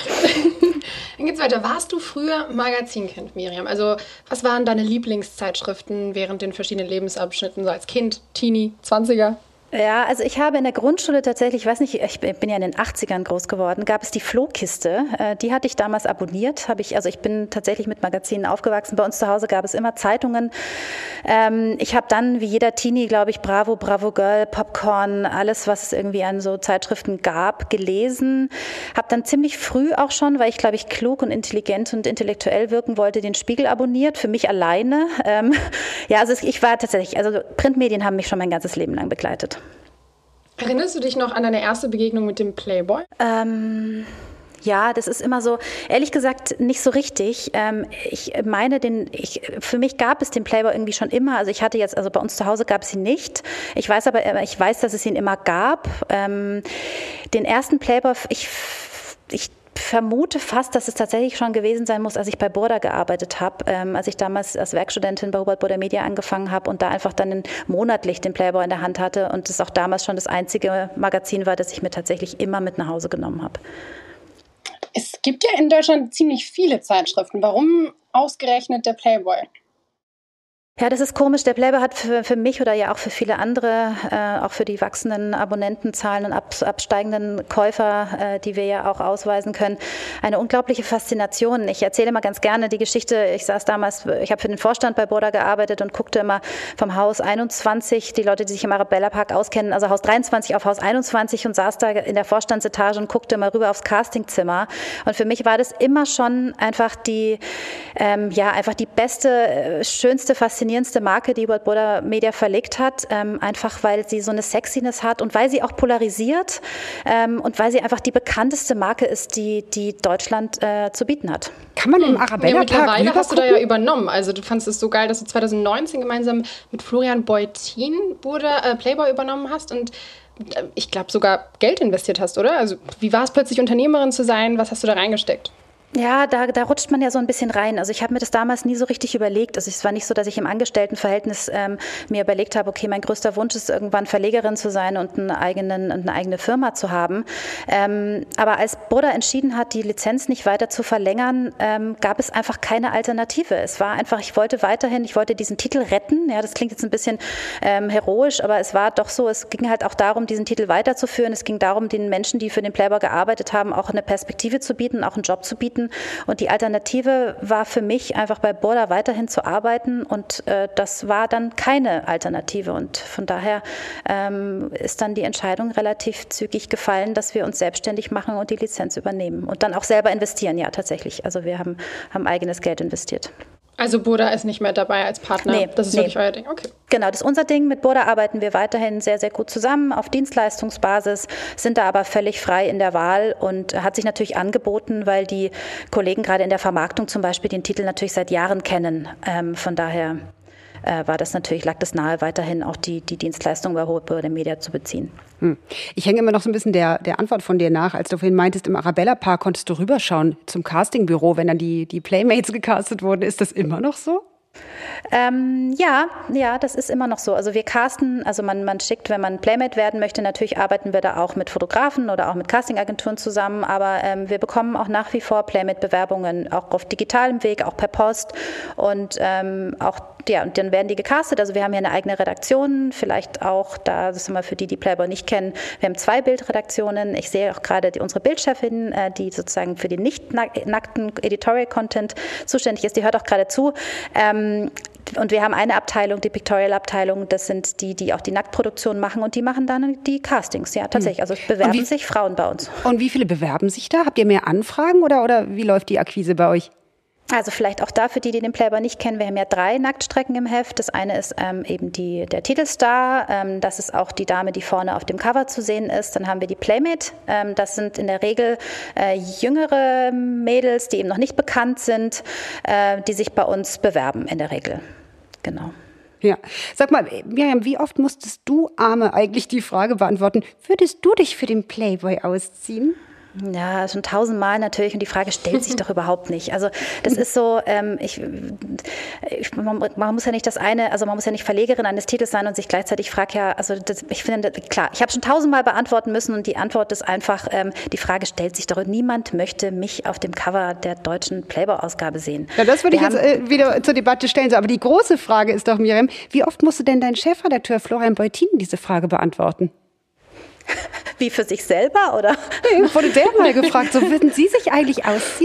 Dann geht's weiter. Warst du früher Magazinkind, Miriam? Also was waren deine Lieblingszeitschriften während den verschiedenen Lebensabschnitten, so als Kind, Teenie, Zwanziger? Ja, also ich habe in der Grundschule tatsächlich, ich weiß nicht, ich bin ja in den achtzigern groß geworden, gab es die Flohkiste, die hatte ich damals abonniert, habe ich, also ich bin tatsächlich mit Magazinen aufgewachsen, bei uns zu Hause gab es immer Zeitungen. Ich habe dann, wie jeder Teenie, glaube ich, Bravo, Bravo Girl, Popcorn, alles, was es irgendwie an so Zeitschriften gab, gelesen, habe dann ziemlich früh auch schon, weil ich, glaube ich, klug und intelligent und intellektuell wirken wollte, den Spiegel abonniert, für mich alleine. Ja, also ich war tatsächlich, also Printmedien haben mich schon mein ganzes Leben lang begleitet. Erinnerst du dich noch an deine erste Begegnung mit dem Playboy? Ähm, ja, das ist immer so, ehrlich gesagt, nicht so richtig. Ähm, ich meine, den, ich, für mich gab es den Playboy irgendwie schon immer. Also ich hatte jetzt, also bei uns zu Hause gab es ihn nicht. Ich weiß aber, ich weiß, dass es ihn immer gab. Ähm, den ersten Playboy, ich, ich vermute fast, dass es tatsächlich schon gewesen sein muss, als ich bei Burda gearbeitet habe, ähm, als ich damals als Werkstudentin bei Hubert Burda Media angefangen habe und da einfach dann monatlich den Playboy in der Hand hatte und das auch damals schon das einzige Magazin war, das ich mir tatsächlich immer mit nach Hause genommen habe. Es gibt ja in Deutschland ziemlich viele Zeitschriften. Warum ausgerechnet der Playboy? Ja, das ist komisch. Der Playboy hat für, für mich oder ja auch für viele andere, äh, auch für die wachsenden Abonnentenzahlen und ab, absteigenden Käufer, äh, die wir ja auch ausweisen können, eine unglaubliche Faszination. Ich erzähle immer ganz gerne die Geschichte. Ich saß damals, ich habe für den Vorstand bei Burda gearbeitet und guckte immer vom Haus einundzwanzig, die Leute, die sich im Arabella Park auskennen, also Haus dreiundzwanzig auf Haus einundzwanzig und saß da in der Vorstandsetage und guckte immer rüber aufs Castingzimmer. Und für mich war das immer schon einfach die, ähm, ja, einfach die beste, schönste, faszinierendste Marke, die Hubert Burda Media verlegt hat, ähm, einfach weil sie so eine Sexiness hat und weil sie auch polarisiert ähm, und weil sie einfach die bekannteste Marke ist, die, die Deutschland äh, zu bieten hat. Kann man im Arabella Park ja, mittlerweile hast du da ja übernommen. Also du fandest es so geil, dass du zwanzig neunzehn gemeinsam mit Florian Beutin Burda, äh, Playboy übernommen hast und äh, ich glaube sogar Geld investiert hast, oder? Also wie war es plötzlich, Unternehmerin zu sein? Was hast du da reingesteckt? Ja, da, da rutscht man ja so ein bisschen rein. Also ich habe mir das damals nie so richtig überlegt. Also es war nicht so, dass ich im Angestelltenverhältnis ähm, mir überlegt habe, okay, mein größter Wunsch ist, irgendwann Verlegerin zu sein und einen eigenen, eine eigene Firma zu haben. Ähm, aber als Burda entschieden hat, die Lizenz nicht weiter zu verlängern, ähm, gab es einfach keine Alternative. Es war einfach, ich wollte weiterhin, ich wollte diesen Titel retten. Ja, das klingt jetzt ein bisschen ähm, heroisch, aber es war doch so, es ging halt auch darum, diesen Titel weiterzuführen. Es ging darum, den Menschen, die für den Playboy gearbeitet haben, auch eine Perspektive zu bieten, auch einen Job zu bieten. Und die Alternative war für mich, einfach bei Burda weiterhin zu arbeiten. Und äh, das war dann keine Alternative. Und von daher ähm, ist dann die Entscheidung relativ zügig gefallen, dass wir uns selbstständig machen und die Lizenz übernehmen. Und dann auch selber investieren, ja, tatsächlich. Also wir haben, haben eigenes Geld investiert. Also Burda ist nicht mehr dabei als Partner? Nee, das ist nee. wirklich euer Ding? Okay. Genau, das ist unser Ding. Mit Burda arbeiten wir weiterhin sehr, sehr gut zusammen auf Dienstleistungsbasis, sind da aber völlig frei in der Wahl und hat sich natürlich angeboten, weil die Kollegen gerade in der Vermarktung zum Beispiel den Titel natürlich seit Jahren kennen. Ähm, von daher äh, war das natürlich, lag das nahe, weiterhin auch die, die Dienstleistung bei Burda Media zu beziehen. Hm. Ich hänge immer noch so ein bisschen der, der Antwort von dir nach, als du vorhin meintest, im Arabella-Park konntest du rüberschauen zum Castingbüro, wenn dann die, die Playmates gecastet wurden. Ist das immer noch so? Ähm, ja, ja, das ist immer noch so. Also wir casten, also man, man schickt, wenn man Playmate werden möchte, natürlich arbeiten wir da auch mit Fotografen oder auch mit Castingagenturen zusammen, aber ähm, wir bekommen auch nach wie vor Playmate-Bewerbungen, auch auf digitalem Weg, auch per Post und ähm, auch, ja, und dann werden die gecastet. Also wir haben hier eine eigene Redaktion, vielleicht auch, da, das ist immer für die, die Playboy nicht kennen, wir haben zwei Bildredaktionen. Ich sehe auch gerade die, unsere Bildchefin, äh, die sozusagen für den nicht nackten Editorial-Content zuständig ist, die hört auch gerade zu. Ähm, Und wir haben eine Abteilung, die Pictorial-Abteilung, das sind die, die auch die Nacktproduktion machen und die machen dann die Castings, ja, tatsächlich. Also es bewerben wie, sich Frauen bei uns. Und wie viele bewerben sich da? Habt ihr mehr Anfragen oder, oder wie läuft die Akquise bei euch? Also vielleicht auch da für die, die den Playboy nicht kennen, wir haben ja drei Nacktstrecken im Heft. Das eine ist ähm, eben die, der Titelstar, ähm, das ist auch die Dame, die vorne auf dem Cover zu sehen ist. Dann haben wir die Playmate, ähm, das sind in der Regel äh, jüngere Mädels, die eben noch nicht bekannt sind, äh, die sich bei uns bewerben in der Regel. Genau. Ja, sag mal, Miriam, wie oft musstest du Arme eigentlich die Frage beantworten, würdest du dich für den Playboy ausziehen? Ja, schon tausendmal natürlich und die Frage stellt sich doch überhaupt nicht. Also das ist so, ähm, ich, ich, man, man muss ja nicht das eine, also man muss ja nicht Verlegerin eines Titels sein und sich gleichzeitig fragt ja, also das, ich finde, klar, ich habe schon tausendmal beantworten müssen und die Antwort ist einfach, ähm, die Frage stellt sich doch und niemand möchte mich auf dem Cover der deutschen Playboy-Ausgabe sehen. Ja, das würde ich Wir jetzt äh, wieder zur Debatte stellen, so, aber die große Frage ist doch, Miriam, wie oft musste denn dein Chefredakteur Florian Beutin diese Frage beantworten? Wie für sich selber, oder? Nee, wurde der mal gefragt, so würden Sie sich eigentlich ausziehen?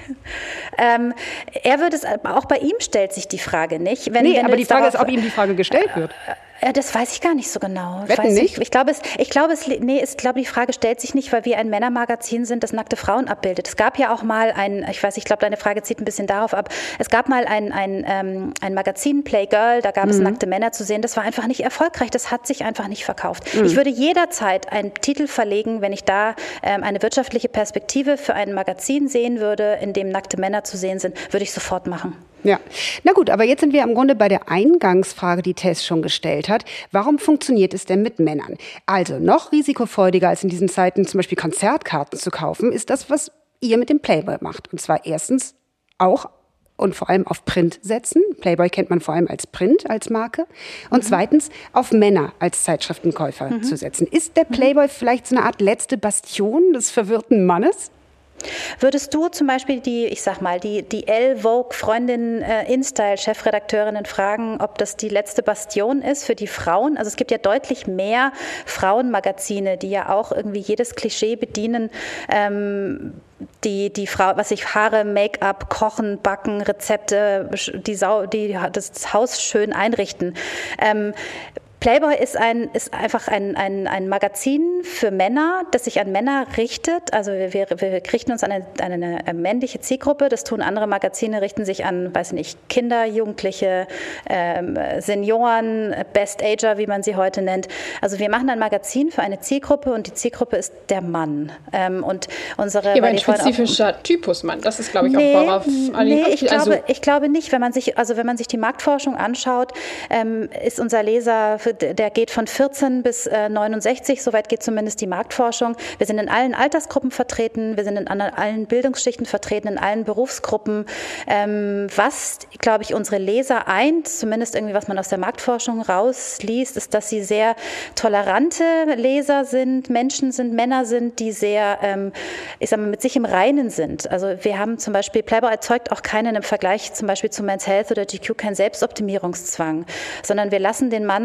Ähm, er würde es, auch bei ihm stellt sich die Frage nicht. Wenn, nee, wenn aber die Frage darauf, ist, ob ihm die Frage gestellt wird. Äh, das weiß ich gar nicht so genau. Wetten weiß nicht? Ich, ich glaube, es, ich glaube, es, nee, ich glaube, die Frage stellt sich nicht, weil wir ein Männermagazin sind, das nackte Frauen abbildet. Es gab ja auch mal ein, ich weiß, ich glaube, deine Frage zieht ein bisschen darauf ab. Es gab mal ein, ein, ähm, ein Magazin, Playgirl, da gab mhm. es nackte Männer zu sehen. Das war einfach nicht erfolgreich. Das hat sich einfach nicht verkauft. Mhm. Ich würde jederzeit einen Titel verlegen, wenn ich da ähm, eine wirtschaftliche Perspektive für ein Magazin sehen würde, in dem nackte Männer zu sehen sind, würde ich sofort machen. Ja, na gut, aber jetzt sind wir im Grunde bei der Eingangsfrage, die Tess schon gestellt hat. Warum funktioniert es denn mit Männern? Also noch risikofreudiger als in diesen Zeiten zum Beispiel Konzertkarten zu kaufen, ist das, was ihr mit dem Playboy macht. Und zwar erstens auch und vor allem auf Print setzen. Playboy kennt man vor allem als Print, als Marke. Und mhm. zweitens auf Männer als Zeitschriftenkäufer mhm. zu setzen. Ist der Playboy vielleicht so eine Art letzte Bastion des verwirrten Mannes? Würdest du zum Beispiel die, ich sag mal, die, die Elle-Vogue-Freundin äh, InStyle-Chefredakteurinnen fragen, ob das die letzte Bastion ist für die Frauen? Also es gibt ja deutlich mehr Frauenmagazine, die ja auch irgendwie jedes Klischee bedienen, ähm, die, die Frau, was ich Haare, Make-up, Kochen, Backen, Rezepte, die, Sau, die das Haus schön einrichten. Ähm, Playboy ist, ein, ist einfach ein, ein, ein Magazin für Männer, das sich an Männer richtet. Also wir, wir richten uns an eine, an eine männliche Zielgruppe. Das tun andere Magazine, richten sich an, weiß nicht, Kinder, Jugendliche, ähm, Senioren, Best-Ager, wie man sie heute nennt. Also wir machen ein Magazin für eine Zielgruppe und die Zielgruppe ist der Mann. Ähm, und unsere, ja, aber ein spezifischer auch, Typus Mann, das ist, glaube ich, nee, auch worauf alle Nee, ich, also glaube, ich glaube nicht. Wenn man sich, also wenn man sich die Marktforschung anschaut, ähm, ist unser Leser, der geht von vierzehn bis neunundsechzig, soweit geht zumindest die Marktforschung. Wir sind in allen Altersgruppen vertreten, wir sind in allen Bildungsschichten vertreten, in allen Berufsgruppen. Ähm, was, glaube ich, unsere Leser eint, zumindest irgendwie, was man aus der Marktforschung rausliest, ist, dass sie sehr tolerante Leser sind, Menschen sind, Männer sind, die sehr, ähm, ich sag mal, mit sich im Reinen sind. Also wir haben zum Beispiel, Playboy erzeugt auch keinen im Vergleich zum Beispiel zu Men's Health oder G Q keinen Selbstoptimierungszwang, sondern wir lassen den Mann einfach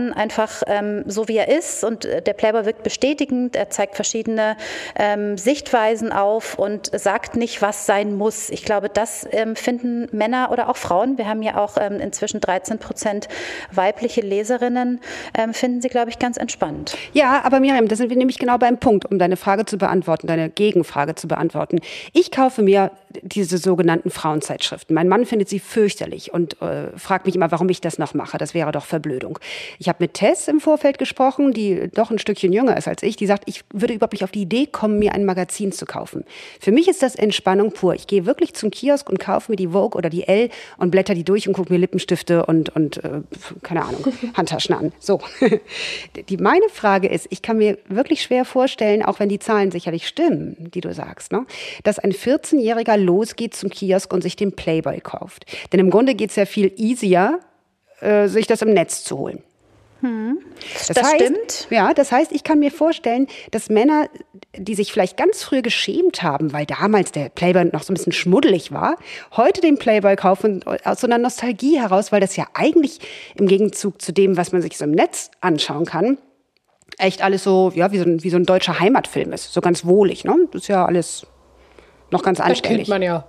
einfach ähm, so, wie er ist und der Playboy wirkt bestätigend, er zeigt verschiedene ähm, Sichtweisen auf und sagt nicht, was sein muss. Ich glaube, das ähm, finden Männer oder auch Frauen, wir haben ja auch ähm, inzwischen dreizehn Prozent weibliche Leserinnen, ähm, finden sie, glaube ich, ganz entspannt. Ja, aber Miriam, da sind wir nämlich genau beim Punkt, um deine Frage zu beantworten, deine Gegenfrage zu beantworten. Ich kaufe mir diese sogenannten Frauenzeitschriften. Mein Mann findet sie fürchterlich und äh, fragt mich immer, warum ich das noch mache. Das wäre doch Verblödung. Ich habe mit Tess im Vorfeld gesprochen, die doch ein Stückchen jünger ist als ich. Die sagt, ich würde überhaupt nicht auf die Idee kommen, mir ein Magazin zu kaufen. Für mich ist das Entspannung pur. Ich gehe wirklich zum Kiosk und kaufe mir die Vogue oder die Elle und blätter die durch und gucke mir Lippenstifte und, und äh, keine Ahnung, Handtaschen an. So. Die, meine Frage ist, ich kann mir wirklich schwer vorstellen, auch wenn die Zahlen sicherlich stimmen, die du sagst, ne, dass ein vierzehnjähriger losgeht zum Kiosk und sich den Playboy kauft. Denn im Grunde geht es ja viel easier, äh, sich das im Netz zu holen. Hm. Das, das heißt, stimmt. Ja, das heißt, ich kann mir vorstellen, dass Männer, die sich vielleicht ganz früh geschämt haben, weil damals der Playboy noch so ein bisschen schmuddelig war, heute den Playboy kaufen aus so einer Nostalgie heraus, weil das ja eigentlich im Gegenzug zu dem, was man sich so im Netz anschauen kann, echt alles so, ja, wie so ein, wie so ein deutscher Heimatfilm ist. So ganz wohlig, ne? Das ist ja alles noch ganz anständig. Das kennt man ja.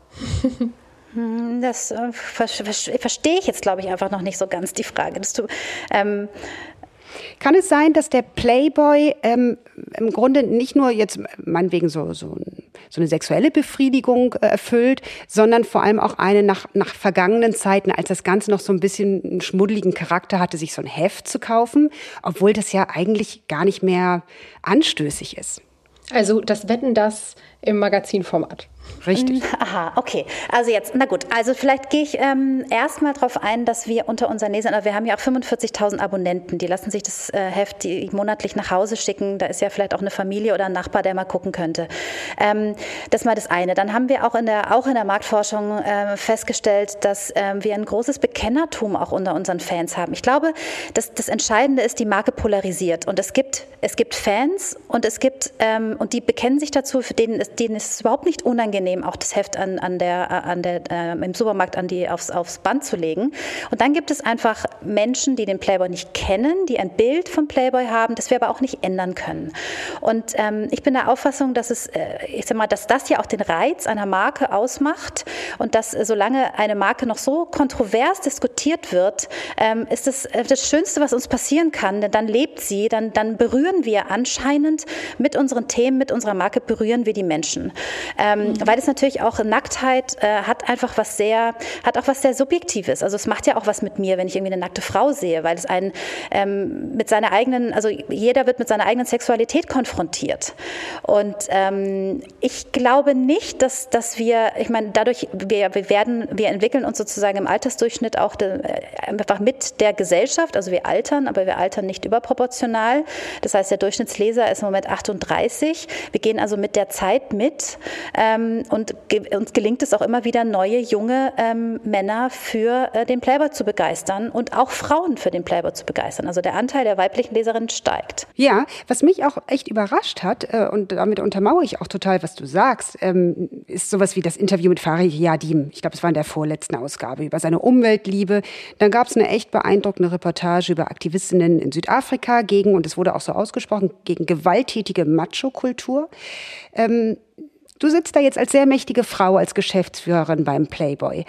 Das äh, ver ver verstehe ich jetzt, glaube ich, einfach noch nicht so ganz, die Frage. Dass du, ähm Kann es sein, dass der Playboy ähm, im Grunde nicht nur jetzt meinetwegen so, so, so eine sexuelle Befriedigung äh, erfüllt, sondern vor allem auch eine nach, nach vergangenen Zeiten, als das Ganze noch so ein bisschen einen schmuddeligen Charakter hatte, sich so ein Heft zu kaufen, obwohl das ja eigentlich gar nicht mehr anstößig ist? Also das Wetten, das im Magazinformat. Richtig. Aha, okay. Also jetzt, na gut, also vielleicht gehe ich ähm, erstmal darauf ein, dass wir unter unseren Lesern, wir haben ja auch fünfundvierzigtausend Abonnenten, die lassen sich das äh, Heft die monatlich nach Hause schicken. Da ist ja vielleicht auch eine Familie oder ein Nachbar, der mal gucken könnte. Ähm, das ist mal das eine. Dann haben wir auch in der, auch in der Marktforschung äh, festgestellt, dass äh, wir ein großes Bekennertum auch unter unseren Fans haben. Ich glaube, dass das Entscheidende ist, die Marke polarisiert. Und es gibt, es gibt Fans und es gibt, ähm, und die bekennen sich dazu, für denen ist, denen ist es überhaupt nicht unangenehm, auch das Heft an, an der, an der, äh, im Supermarkt an die, aufs, aufs Band zu legen. Und dann gibt es einfach Menschen, die den Playboy nicht kennen, die ein Bild vom Playboy haben, das wir aber auch nicht ändern können. Und ähm, ich bin der Auffassung, dass es, äh, ich sag mal, dass das ja auch den Reiz einer Marke ausmacht und dass äh, solange eine Marke noch so kontrovers diskutiert wird, ähm, ist das äh, das Schönste, was uns passieren kann, denn dann lebt sie, dann, dann berühren wir anscheinend mit unseren Themen, mit unserer Marke berühren wir die Menschen. Ähm, mhm. Weil es natürlich auch Nacktheit äh, hat einfach was sehr, hat auch was sehr Subjektives. Also es macht ja auch was mit mir, wenn ich irgendwie eine nackte Frau sehe, weil es einen ähm, mit seiner eigenen, also jeder wird mit seiner eigenen Sexualität konfrontiert. Und ähm, ich glaube nicht, dass, dass wir, ich meine, dadurch, wir, wir werden, wir entwickeln uns sozusagen im Altersdurchschnitt auch de, einfach mit der Gesellschaft, also wir altern, aber wir altern nicht überproportional. Das heißt, der Durchschnittsleser ist im Moment achtunddreißig. Wir gehen also mit der Zeit mit. Ähm, und ge uns gelingt es auch immer wieder, neue, junge ähm, Männer für äh, den Playboy zu begeistern und auch Frauen für den Playboy zu begeistern. Also der Anteil der weiblichen Leserinnen steigt. Ja, was mich auch echt überrascht hat, äh, und damit untermauere ich auch total, was du sagst, ähm, ist sowas wie das Interview mit Farid Yadim. Ich glaube, es war in der vorletzten Ausgabe, über seine Umweltliebe. Dann gab es eine echt beeindruckende Reportage über Aktivistinnen in Südafrika gegen, und es wurde auch so ausgesprochen, gegen gewalttätige Macho-Kultur. Ähm, Du sitzt da jetzt als sehr mächtige Frau, als Geschäftsführerin beim Playboy.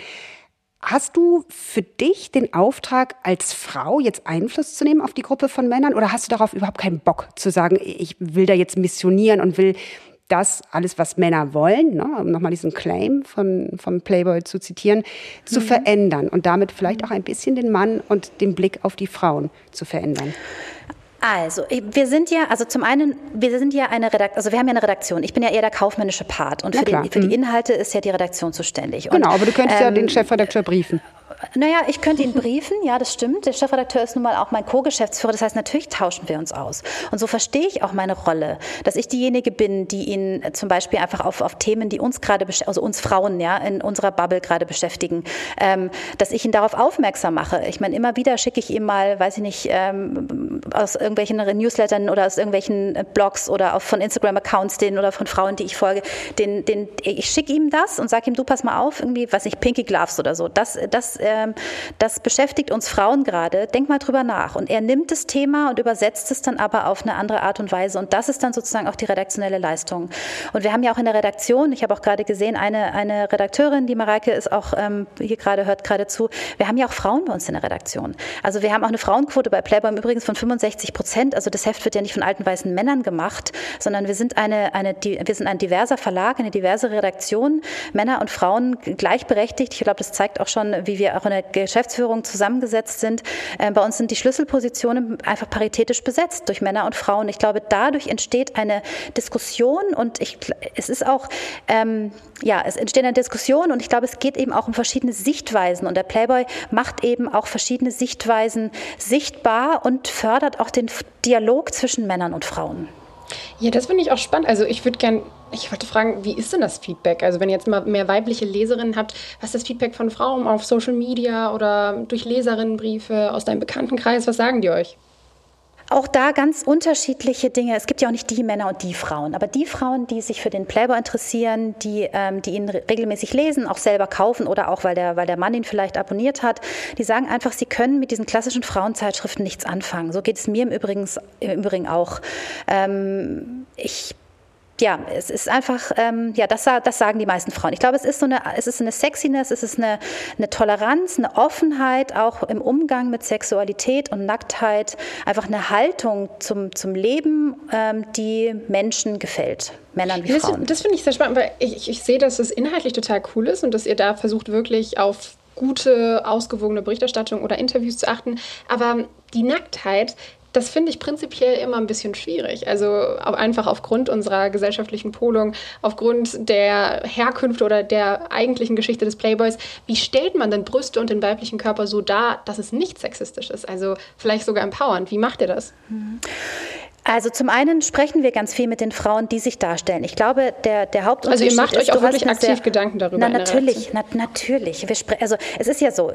Hast du für dich den Auftrag, als Frau jetzt Einfluss zu nehmen auf die Gruppe von Männern? Oder hast du darauf überhaupt keinen Bock zu sagen, ich will da jetzt missionieren und will das, alles, was Männer wollen, ne, um nochmal diesen Claim von, vom Playboy zu zitieren, mhm. zu verändern und damit vielleicht auch ein bisschen den Mann und den Blick auf die Frauen zu verändern? Also, wir sind ja, also zum einen, wir sind ja eine Redaktion, also wir haben ja eine Redaktion. Ich bin ja eher der kaufmännische Part und für, den, für die Inhalte ist ja die Redaktion zuständig. Genau, und, aber du könntest ähm, ja den Chefredakteur briefen. Naja, ich könnte ihn briefen, ja, das stimmt. Der Chefredakteur ist nun mal auch mein Co-Geschäftsführer. Das heißt, natürlich tauschen wir uns aus. Und so verstehe ich auch meine Rolle, dass ich diejenige bin, die ihn zum Beispiel einfach auf, auf Themen, die uns gerade, also uns Frauen, ja, in unserer Bubble gerade beschäftigen, ähm, dass ich ihn darauf aufmerksam mache. Ich meine, immer wieder schicke ich ihm mal, weiß ich nicht, ähm, aus irgendwelchen Newslettern oder aus irgendwelchen Blogs oder auch von Instagram-Accounts den oder von Frauen, die ich folge, den, den, ich schicke ihm das und sage ihm, du, pass mal auf, irgendwie, weiß nicht, Pinky Gloves oder so. Das, das ähm, das beschäftigt uns Frauen gerade, denk mal drüber nach. Und er nimmt das Thema und übersetzt es dann aber auf eine andere Art und Weise. Und das ist dann sozusagen auch die redaktionelle Leistung. Und wir haben ja auch in der Redaktion, ich habe auch gerade gesehen, eine, eine Redakteurin, die Mareike ist auch ähm, hier gerade, hört gerade zu, wir haben ja auch Frauen bei uns in der Redaktion. Also wir haben auch eine Frauenquote bei Playboy übrigens von fünfundsechzig Prozent. Also das Heft wird ja nicht von alten weißen Männern gemacht, sondern wir sind eine, eine, wir sind ein diverser Verlag, eine diverse Redaktion, Männer und Frauen gleichberechtigt. Ich glaube, das zeigt auch schon, wie wir auch in der Geschäftsführung zusammengesetzt sind. Äh, bei uns sind die Schlüsselpositionen einfach paritätisch besetzt durch Männer und Frauen. Ich glaube, dadurch entsteht eine Diskussion und ich, es ist auch, ähm, ja, es entsteht eine Diskussion und ich glaube, es geht eben auch um verschiedene Sichtweisen und der Playboy macht eben auch verschiedene Sichtweisen sichtbar und fördert auch den Dialog zwischen Männern und Frauen. Ja, das finde ich auch spannend. Also ich würde gerne, ich wollte fragen, wie ist denn das Feedback? Also wenn ihr jetzt mal mehr weibliche Leserinnen habt, was ist das Feedback von Frauen auf Social Media oder durch Leserinnenbriefe aus deinem Bekanntenkreis? Was sagen die euch? Auch da ganz unterschiedliche Dinge. Es gibt ja auch nicht die Männer und die Frauen. Aber die Frauen, die sich für den Playboy interessieren, die, ähm, die ihn regelmäßig lesen, auch selber kaufen oder auch, weil der, weil der Mann ihn vielleicht abonniert hat, die sagen einfach, sie können mit diesen klassischen Frauenzeitschriften nichts anfangen. So geht es mir im Übrigen, im Übrigen auch. Ähm, ich Ja, es ist einfach, ähm, ja, das, das sagen die meisten Frauen. Ich glaube, es ist so eine, es ist eine Sexiness, es ist eine, eine Toleranz, eine Offenheit, auch im Umgang mit Sexualität und Nacktheit, einfach eine Haltung zum, zum Leben, ähm, die Menschen gefällt, Männern wie das, Frauen. Das finde ich sehr spannend, weil ich, ich, ich sehe, dass es inhaltlich total cool ist und dass ihr da versucht, wirklich auf gute, ausgewogene Berichterstattung oder Interviews zu achten. Aber die Nacktheit, das finde ich prinzipiell immer ein bisschen schwierig. Also einfach aufgrund unserer gesellschaftlichen Polung, aufgrund der Herkünfte oder der eigentlichen Geschichte des Playboys. Wie stellt man denn Brüste und den weiblichen Körper so dar, dass es nicht sexistisch ist? Also vielleicht sogar empowernd. Wie macht ihr das? Also zum einen sprechen wir ganz viel mit den Frauen, die sich darstellen. Ich glaube, der, der Hauptunterschied ist... Also ihr macht ist, euch auch wirklich aktiv sehr, Gedanken darüber? Na, natürlich, na, natürlich. Wir spre- also es ist ja so...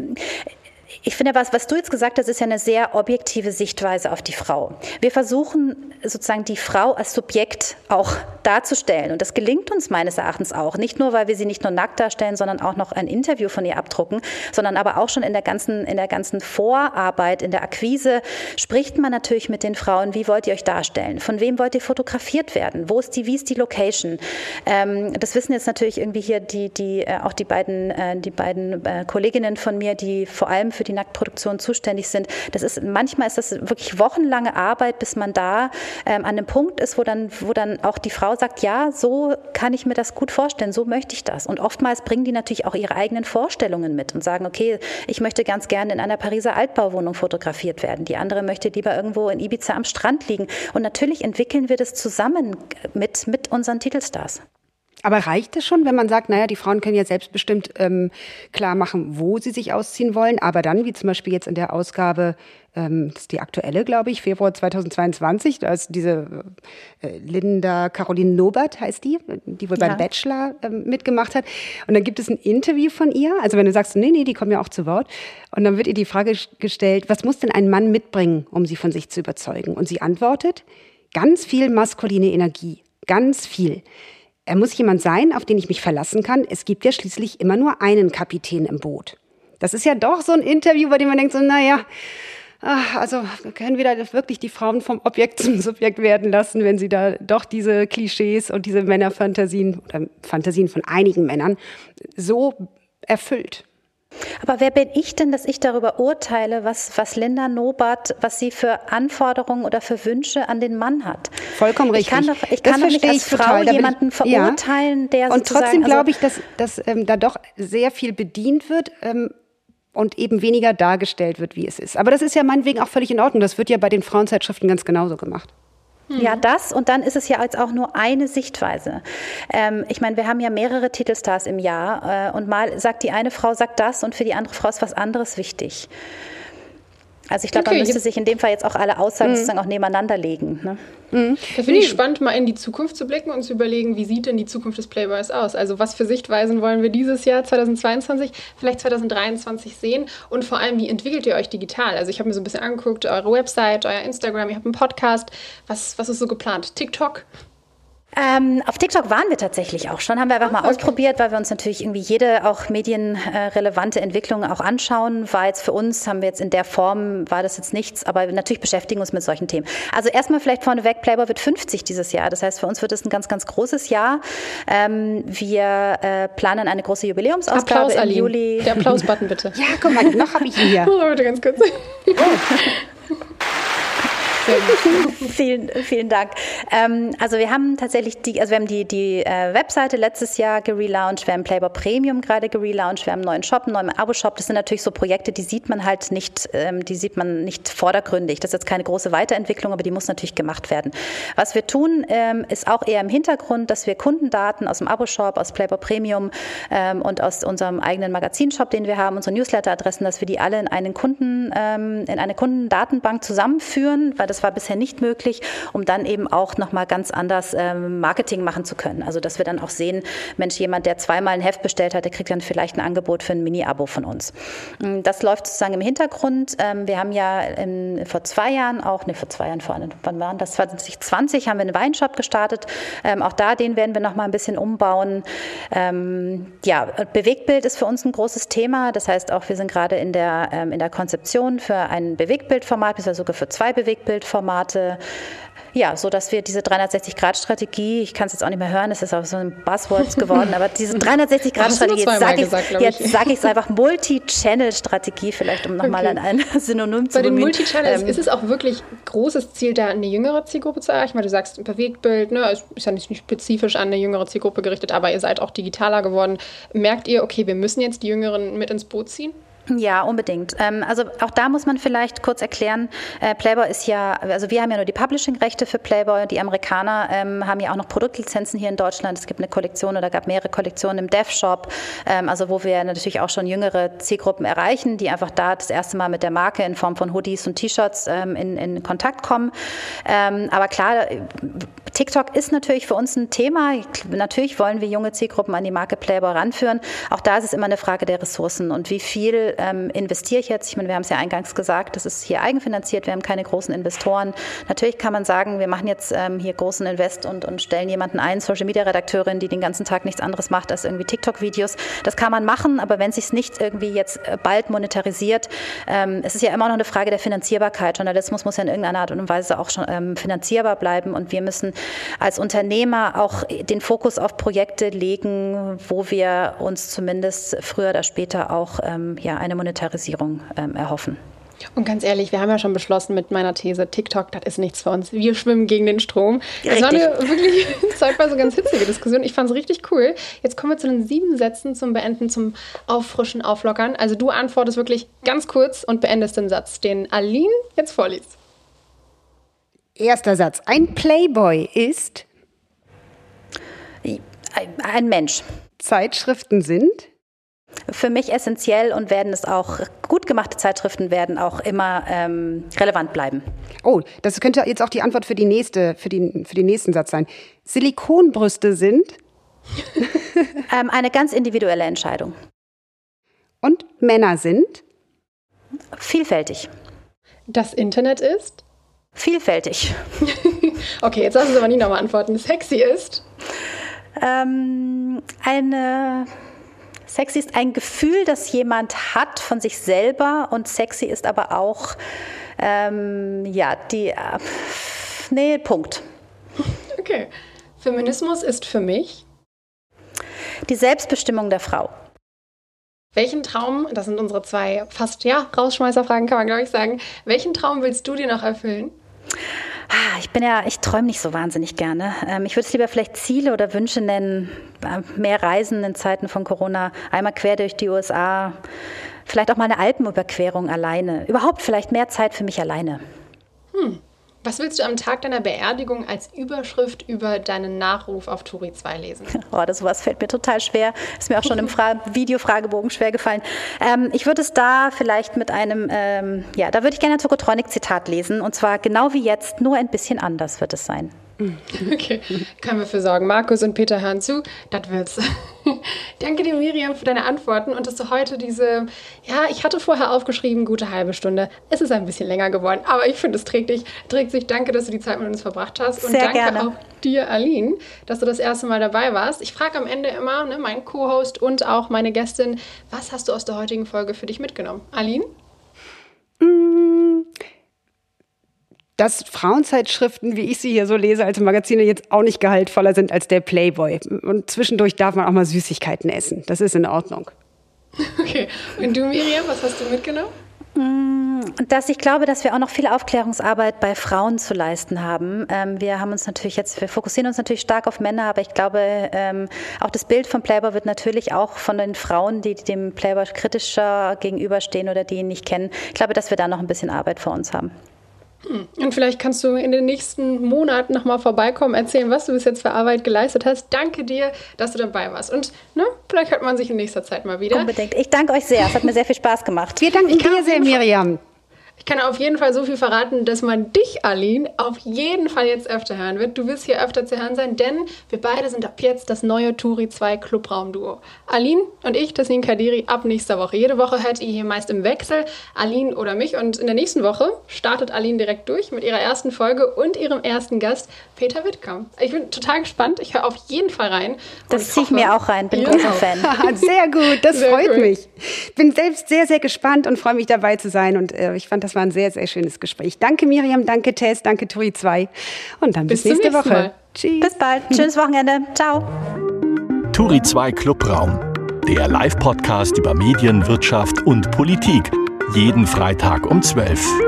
Ich finde, was, was du jetzt gesagt hast, ist ja eine sehr objektive Sichtweise auf die Frau. Wir versuchen sozusagen die Frau als Subjekt auch darzustellen. Und das gelingt uns meines Erachtens auch. Nicht nur, weil wir sie nicht nur nackt darstellen, sondern auch noch ein Interview von ihr abdrucken, sondern aber auch schon in der ganzen, in der ganzen Vorarbeit, in der Akquise spricht man natürlich mit den Frauen, wie wollt ihr euch darstellen? Von wem wollt ihr fotografiert werden? Wo ist die, wie ist die Location? Ähm, das wissen jetzt natürlich irgendwie hier die, die, äh, auch die beiden, äh, die beiden äh, Kolleginnen von mir, die vor allem für die Nacktproduktion zuständig sind. Das ist, manchmal ist das wirklich wochenlange Arbeit, bis man da ähm, an einem Punkt ist, wo dann, wo dann auch die Frau sagt, ja, so kann ich mir das gut vorstellen, so möchte ich das. Und oftmals bringen die natürlich auch ihre eigenen Vorstellungen mit und sagen, okay, ich möchte ganz gerne in einer Pariser Altbauwohnung fotografiert werden. Die andere möchte lieber irgendwo in Ibiza am Strand liegen. Und natürlich entwickeln wir das zusammen mit, mit unseren Titelstars. Aber reicht es schon, wenn man sagt, naja, die Frauen können ja selbstbestimmt ähm, klar machen, wo sie sich ausziehen wollen, aber dann, wie zum Beispiel jetzt in der Ausgabe, ähm, das ist die aktuelle, glaube ich, Februar zweitausendzweiundzwanzig, da ist diese äh, Linda Caroline Nobert, heißt die, die wohl ja. beim Bachelor ähm, mitgemacht hat. Und dann gibt es ein Interview von ihr, also wenn du sagst, nee, nee, die kommen ja auch zu Wort. Und dann wird ihr die Frage gestellt, was muss denn ein Mann mitbringen, um sie von sich zu überzeugen? Und sie antwortet, ganz viel maskuline Energie, ganz viel. Er muss jemand sein, auf den ich mich verlassen kann. Es gibt ja schließlich immer nur einen Kapitän im Boot. Das ist ja doch so ein Interview, bei dem man denkt, so, naja, also können wir da wirklich die Frauen vom Objekt zum Subjekt werden lassen, wenn sie da doch diese Klischees und diese Männerfantasien oder Fantasien von einigen Männern so erfüllt. Aber wer bin ich denn, dass ich darüber urteile, was, was Linda Nobert, was sie für Anforderungen oder für Wünsche an den Mann hat? Vollkommen richtig. Ich kann doch, ich kann doch nicht als Frau jemanden verurteilen, ja. der Und trotzdem also glaube ich, dass, dass ähm, da doch sehr viel bedient wird ähm, und eben weniger dargestellt wird, wie es ist. Aber das ist ja meinetwegen auch völlig in Ordnung. Das wird ja bei den Frauenzeitschriften ganz genauso gemacht. Ja, das und dann ist es ja jetzt auch nur eine Sichtweise. Ähm, ich meine, wir haben ja mehrere Titelstars im Jahr äh, und mal sagt die eine Frau sagt das und für die andere Frau ist was anderes wichtig. Also ich glaube, okay, man müsste sich in dem Fall jetzt auch alle Aussagen mhm. sozusagen auch nebeneinander legen. Ne? Mhm. Da finde ich spannend, mal in die Zukunft zu blicken und zu überlegen, wie sieht denn die Zukunft des Playboys aus? Also was für Sichtweisen wollen wir dieses Jahr zweitausendzweiundzwanzig, vielleicht zweitausenddreiundzwanzig sehen? Und vor allem, wie entwickelt ihr euch digital? Also ich habe mir so ein bisschen angeguckt, eure Website, euer Instagram, ihr habt einen Podcast. Was, was ist so geplant? TikTok? Ähm, auf TikTok waren wir tatsächlich auch schon, haben wir einfach mal okay. ausprobiert, weil wir uns natürlich irgendwie jede auch medienrelevante Entwicklung auch anschauen. War jetzt für uns, haben wir jetzt in der Form, war das jetzt nichts, aber natürlich beschäftigen uns mit solchen Themen. Also erstmal vielleicht vorneweg, Playboy wird fünfzig dieses Jahr. Das heißt, für uns wird es ein ganz, ganz großes Jahr. Ähm, wir äh, planen eine große Jubiläumsausgabe Applaus, im Aline. Juli. Der Applaus-Button bitte. Ja, guck mal, noch habe ich ihn hier. Oh, bitte ganz kurz. vielen, vielen Dank. Ähm, also wir haben tatsächlich die, also wir haben die, die äh, Webseite letztes Jahr gelauncht, wir haben Playboy Premium gerade gelauncht, wir haben einen neuen Shop, einen neuen Abo-Shop. Das sind natürlich so Projekte, die sieht man halt nicht, ähm, die sieht man nicht vordergründig. Das ist jetzt keine große Weiterentwicklung, aber die muss natürlich gemacht werden. Was wir tun, ähm, ist auch eher im Hintergrund, dass wir Kundendaten aus dem Abo-Shop, aus Playboy Premium ähm, und aus unserem eigenen Magazinshop, den wir haben, unsere Newsletter-Adressen, dass wir die alle in einen Kunden, ähm, in eine Kundendatenbank zusammenführen, weil das war bisher nicht möglich, um dann eben auch nochmal ganz anders ähm, Marketing machen zu können. Also dass wir dann auch sehen, Mensch, jemand, der zweimal ein Heft bestellt hat, der kriegt dann vielleicht ein Angebot für ein Mini-Abo von uns. Das läuft sozusagen im Hintergrund. Ähm, wir haben ja in, vor zwei Jahren auch, ne, vor zwei Jahren, vor, wann waren das? zwanzig zwanzig haben wir einen Weinshop gestartet. Ähm, auch da, den werden wir nochmal ein bisschen umbauen. Ähm, ja, Bewegtbild ist für uns ein großes Thema. Das heißt auch, wir sind gerade in der, ähm, in der Konzeption für ein Bewegtbildformat, bis sogar für zwei Bewegtbildformate. Ja, so dass wir diese dreihundertsechzig-Grad-Strategie, ich kann es jetzt auch nicht mehr hören, es ist auch so ein Buzzword geworden, aber diese dreihundertsechzig-Grad-Strategie, jetzt sage ich jetzt sage ich es einfach, Multi-Channel-Strategie, vielleicht um nochmal okay. an ein Synonym zu bemühen. Bei den Multi-Channels ähm, ist es auch wirklich großes Ziel, da eine jüngere Zielgruppe zu erreichen, weil du sagst, Bewegtbild, ne, ist ja nicht spezifisch an eine jüngere Zielgruppe gerichtet, aber ihr seid auch digitaler geworden. Merkt ihr, okay, wir müssen jetzt die Jüngeren mit ins Boot ziehen? Ja, unbedingt. Ähm, also auch da muss man vielleicht kurz erklären, äh, Playboy ist ja, also wir haben ja nur die Publishing-Rechte für Playboy, die Amerikaner ähm, haben ja auch noch Produktlizenzen hier in Deutschland. Es gibt eine Kollektion oder gab mehrere Kollektionen im Dev-Shop, ähm, also wo wir natürlich auch schon jüngere Zielgruppen erreichen, die einfach da das erste Mal mit der Marke in Form von Hoodies und T-Shirts ähm, in, in Kontakt kommen. Ähm, aber klar, TikTok ist natürlich für uns ein Thema. Natürlich wollen wir junge Zielgruppen an die Marke Playboy ranführen. Auch da ist es immer eine Frage der Ressourcen und wie viel ähm, investiere ich jetzt? Ich meine, wir haben es ja eingangs gesagt, das ist hier eigenfinanziert, wir haben keine großen Investoren. Natürlich kann man sagen, wir machen jetzt ähm, hier großen Invest und, und stellen jemanden ein, Social-Media-Redakteurin, die den ganzen Tag nichts anderes macht als irgendwie TikTok-Videos. Das kann man machen, aber wenn es sich nicht irgendwie jetzt bald monetarisiert, ähm, es ist ja immer noch eine Frage der Finanzierbarkeit. Journalismus muss ja in irgendeiner Art und Weise auch schon ähm, finanzierbar bleiben und wir müssen als Unternehmer auch den Fokus auf Projekte legen, wo wir uns zumindest früher oder später auch ähm, ja, eine Monetarisierung ähm, erhoffen. Und ganz ehrlich, wir haben ja schon beschlossen mit meiner These, TikTok, das ist nichts für uns. Wir schwimmen gegen den Strom. Das war eine wirklich zeitweise ganz hitzige Diskussion. Ich fand es richtig cool. Jetzt kommen wir zu den sieben Sätzen zum Beenden, zum Auffrischen, Auflockern. Also du antwortest wirklich ganz kurz und beendest den Satz, den Aline jetzt vorliest. Erster Satz. Ein Playboy ist? Ein Mensch. Zeitschriften sind? Für mich essentiell und werden es auch, gut gemachte Zeitschriften werden auch immer ähm, relevant bleiben. Oh, das könnte jetzt auch die Antwort für die nächste, für, die, für den nächsten Satz sein. Silikonbrüste sind? ähm, eine ganz individuelle Entscheidung. Und Männer sind? Vielfältig. Das Internet ist? Vielfältig. Okay, jetzt lass uns aber nie nochmal antworten. Sexy ist? Ähm, eine... Sexy ist ein Gefühl, das jemand hat von sich selber und sexy ist aber auch, ähm, ja, die, äh, nee, Punkt. Okay. Feminismus ist für mich? Die Selbstbestimmung der Frau. Welchen Traum, das sind unsere zwei fast, ja, Rausschmeißerfragen kann man glaube ich sagen, welchen Traum willst du dir noch erfüllen? Ich bin ja, ich träume nicht so wahnsinnig gerne. Ich würde es lieber vielleicht Ziele oder Wünsche nennen. Mehr Reisen in Zeiten von Corona, einmal quer durch die U S A, vielleicht auch mal eine Alpenüberquerung alleine. Überhaupt vielleicht mehr Zeit für mich alleine. Hm. Was willst du am Tag deiner Beerdigung als Überschrift über deinen Nachruf auf Turi zwei lesen? Oh, das sowas fällt mir total schwer. Ist mir auch schon im Fra- Videofragebogen schwer gefallen. Ähm, ich würde es da vielleicht mit einem, ähm, ja, da würde ich gerne ein Tokotronic-Zitat lesen. Und zwar genau wie jetzt, nur ein bisschen anders wird es sein. Okay, können wir für sorgen. Markus und Peter hören zu, das wird's. Danke dir, Miriam, für deine Antworten und dass du heute diese, ja, ich hatte vorher aufgeschrieben, gute halbe Stunde. Es ist ein bisschen länger geworden, aber ich finde, es trägt dich, trägt sich. Danke, dass du die Zeit mit uns verbracht hast. Und Sehr danke gerne. auch dir, Aline, dass du das erste Mal dabei warst. Ich frage am Ende immer, ne, meinen Co-Host und auch meine Gästin, was hast du aus der heutigen Folge für dich mitgenommen? Aline? Dass Frauenzeitschriften, wie ich sie hier so lese, als Magazine jetzt auch nicht gehaltvoller sind als der Playboy. Und zwischendurch darf man auch mal Süßigkeiten essen. Das ist in Ordnung. Okay. Und du, Miriam, was hast du mitgenommen? Dass ich glaube, dass wir auch noch viel Aufklärungsarbeit bei Frauen zu leisten haben. Ähm, wir haben uns natürlich jetzt, wir fokussieren uns natürlich stark auf Männer, aber ich glaube, ähm, auch das Bild von Playboy wird natürlich auch von den Frauen, die dem Playboy kritischer gegenüberstehen oder die ihn nicht kennen. Ich glaube, dass wir da noch ein bisschen Arbeit vor uns haben. Und vielleicht kannst du in den nächsten Monaten nochmal vorbeikommen, erzählen, was du bis jetzt für Arbeit geleistet hast. Danke dir, dass du dabei warst. Und ne, vielleicht hört man sich in nächster Zeit mal wieder. Unbedingt. Ich danke euch sehr. Es hat mir sehr viel Spaß gemacht. Wir danken dir sehr, Miriam. Ich kann auf jeden Fall so viel verraten, dass man dich, Aline, auf jeden Fall jetzt öfter hören wird. Du wirst hier öfter zu hören sein, denn wir beide sind ab jetzt das neue Turi zwei Clubraum-Duo. Aline und ich, Tasnim Kadiri, ab nächster Woche. Jede Woche hört ihr hier meist im Wechsel Aline oder mich. Und in der nächsten Woche startet Aline direkt durch mit ihrer ersten Folge und ihrem ersten Gast, Peter Wittkamp. Ich bin total gespannt. Ich höre auf jeden Fall rein. Das ziehe ich mir auch rein. Bin großer Fan. Sehr gut, das Sehr freut cool. mich. Bin selbst sehr, sehr gespannt und freue mich dabei zu sein. Und äh, ich fand, das war ein sehr, sehr schönes Gespräch. Danke Miriam, danke Tess, danke Turi zwei. Und dann bis, Bis zum nächste nächsten Woche. Mal. Tschüss. Bis bald. Schönes Wochenende. Ciao. Turi zwei Clubraum, der Live-Podcast über Medien, Wirtschaft und Politik. Jeden Freitag um zwölf.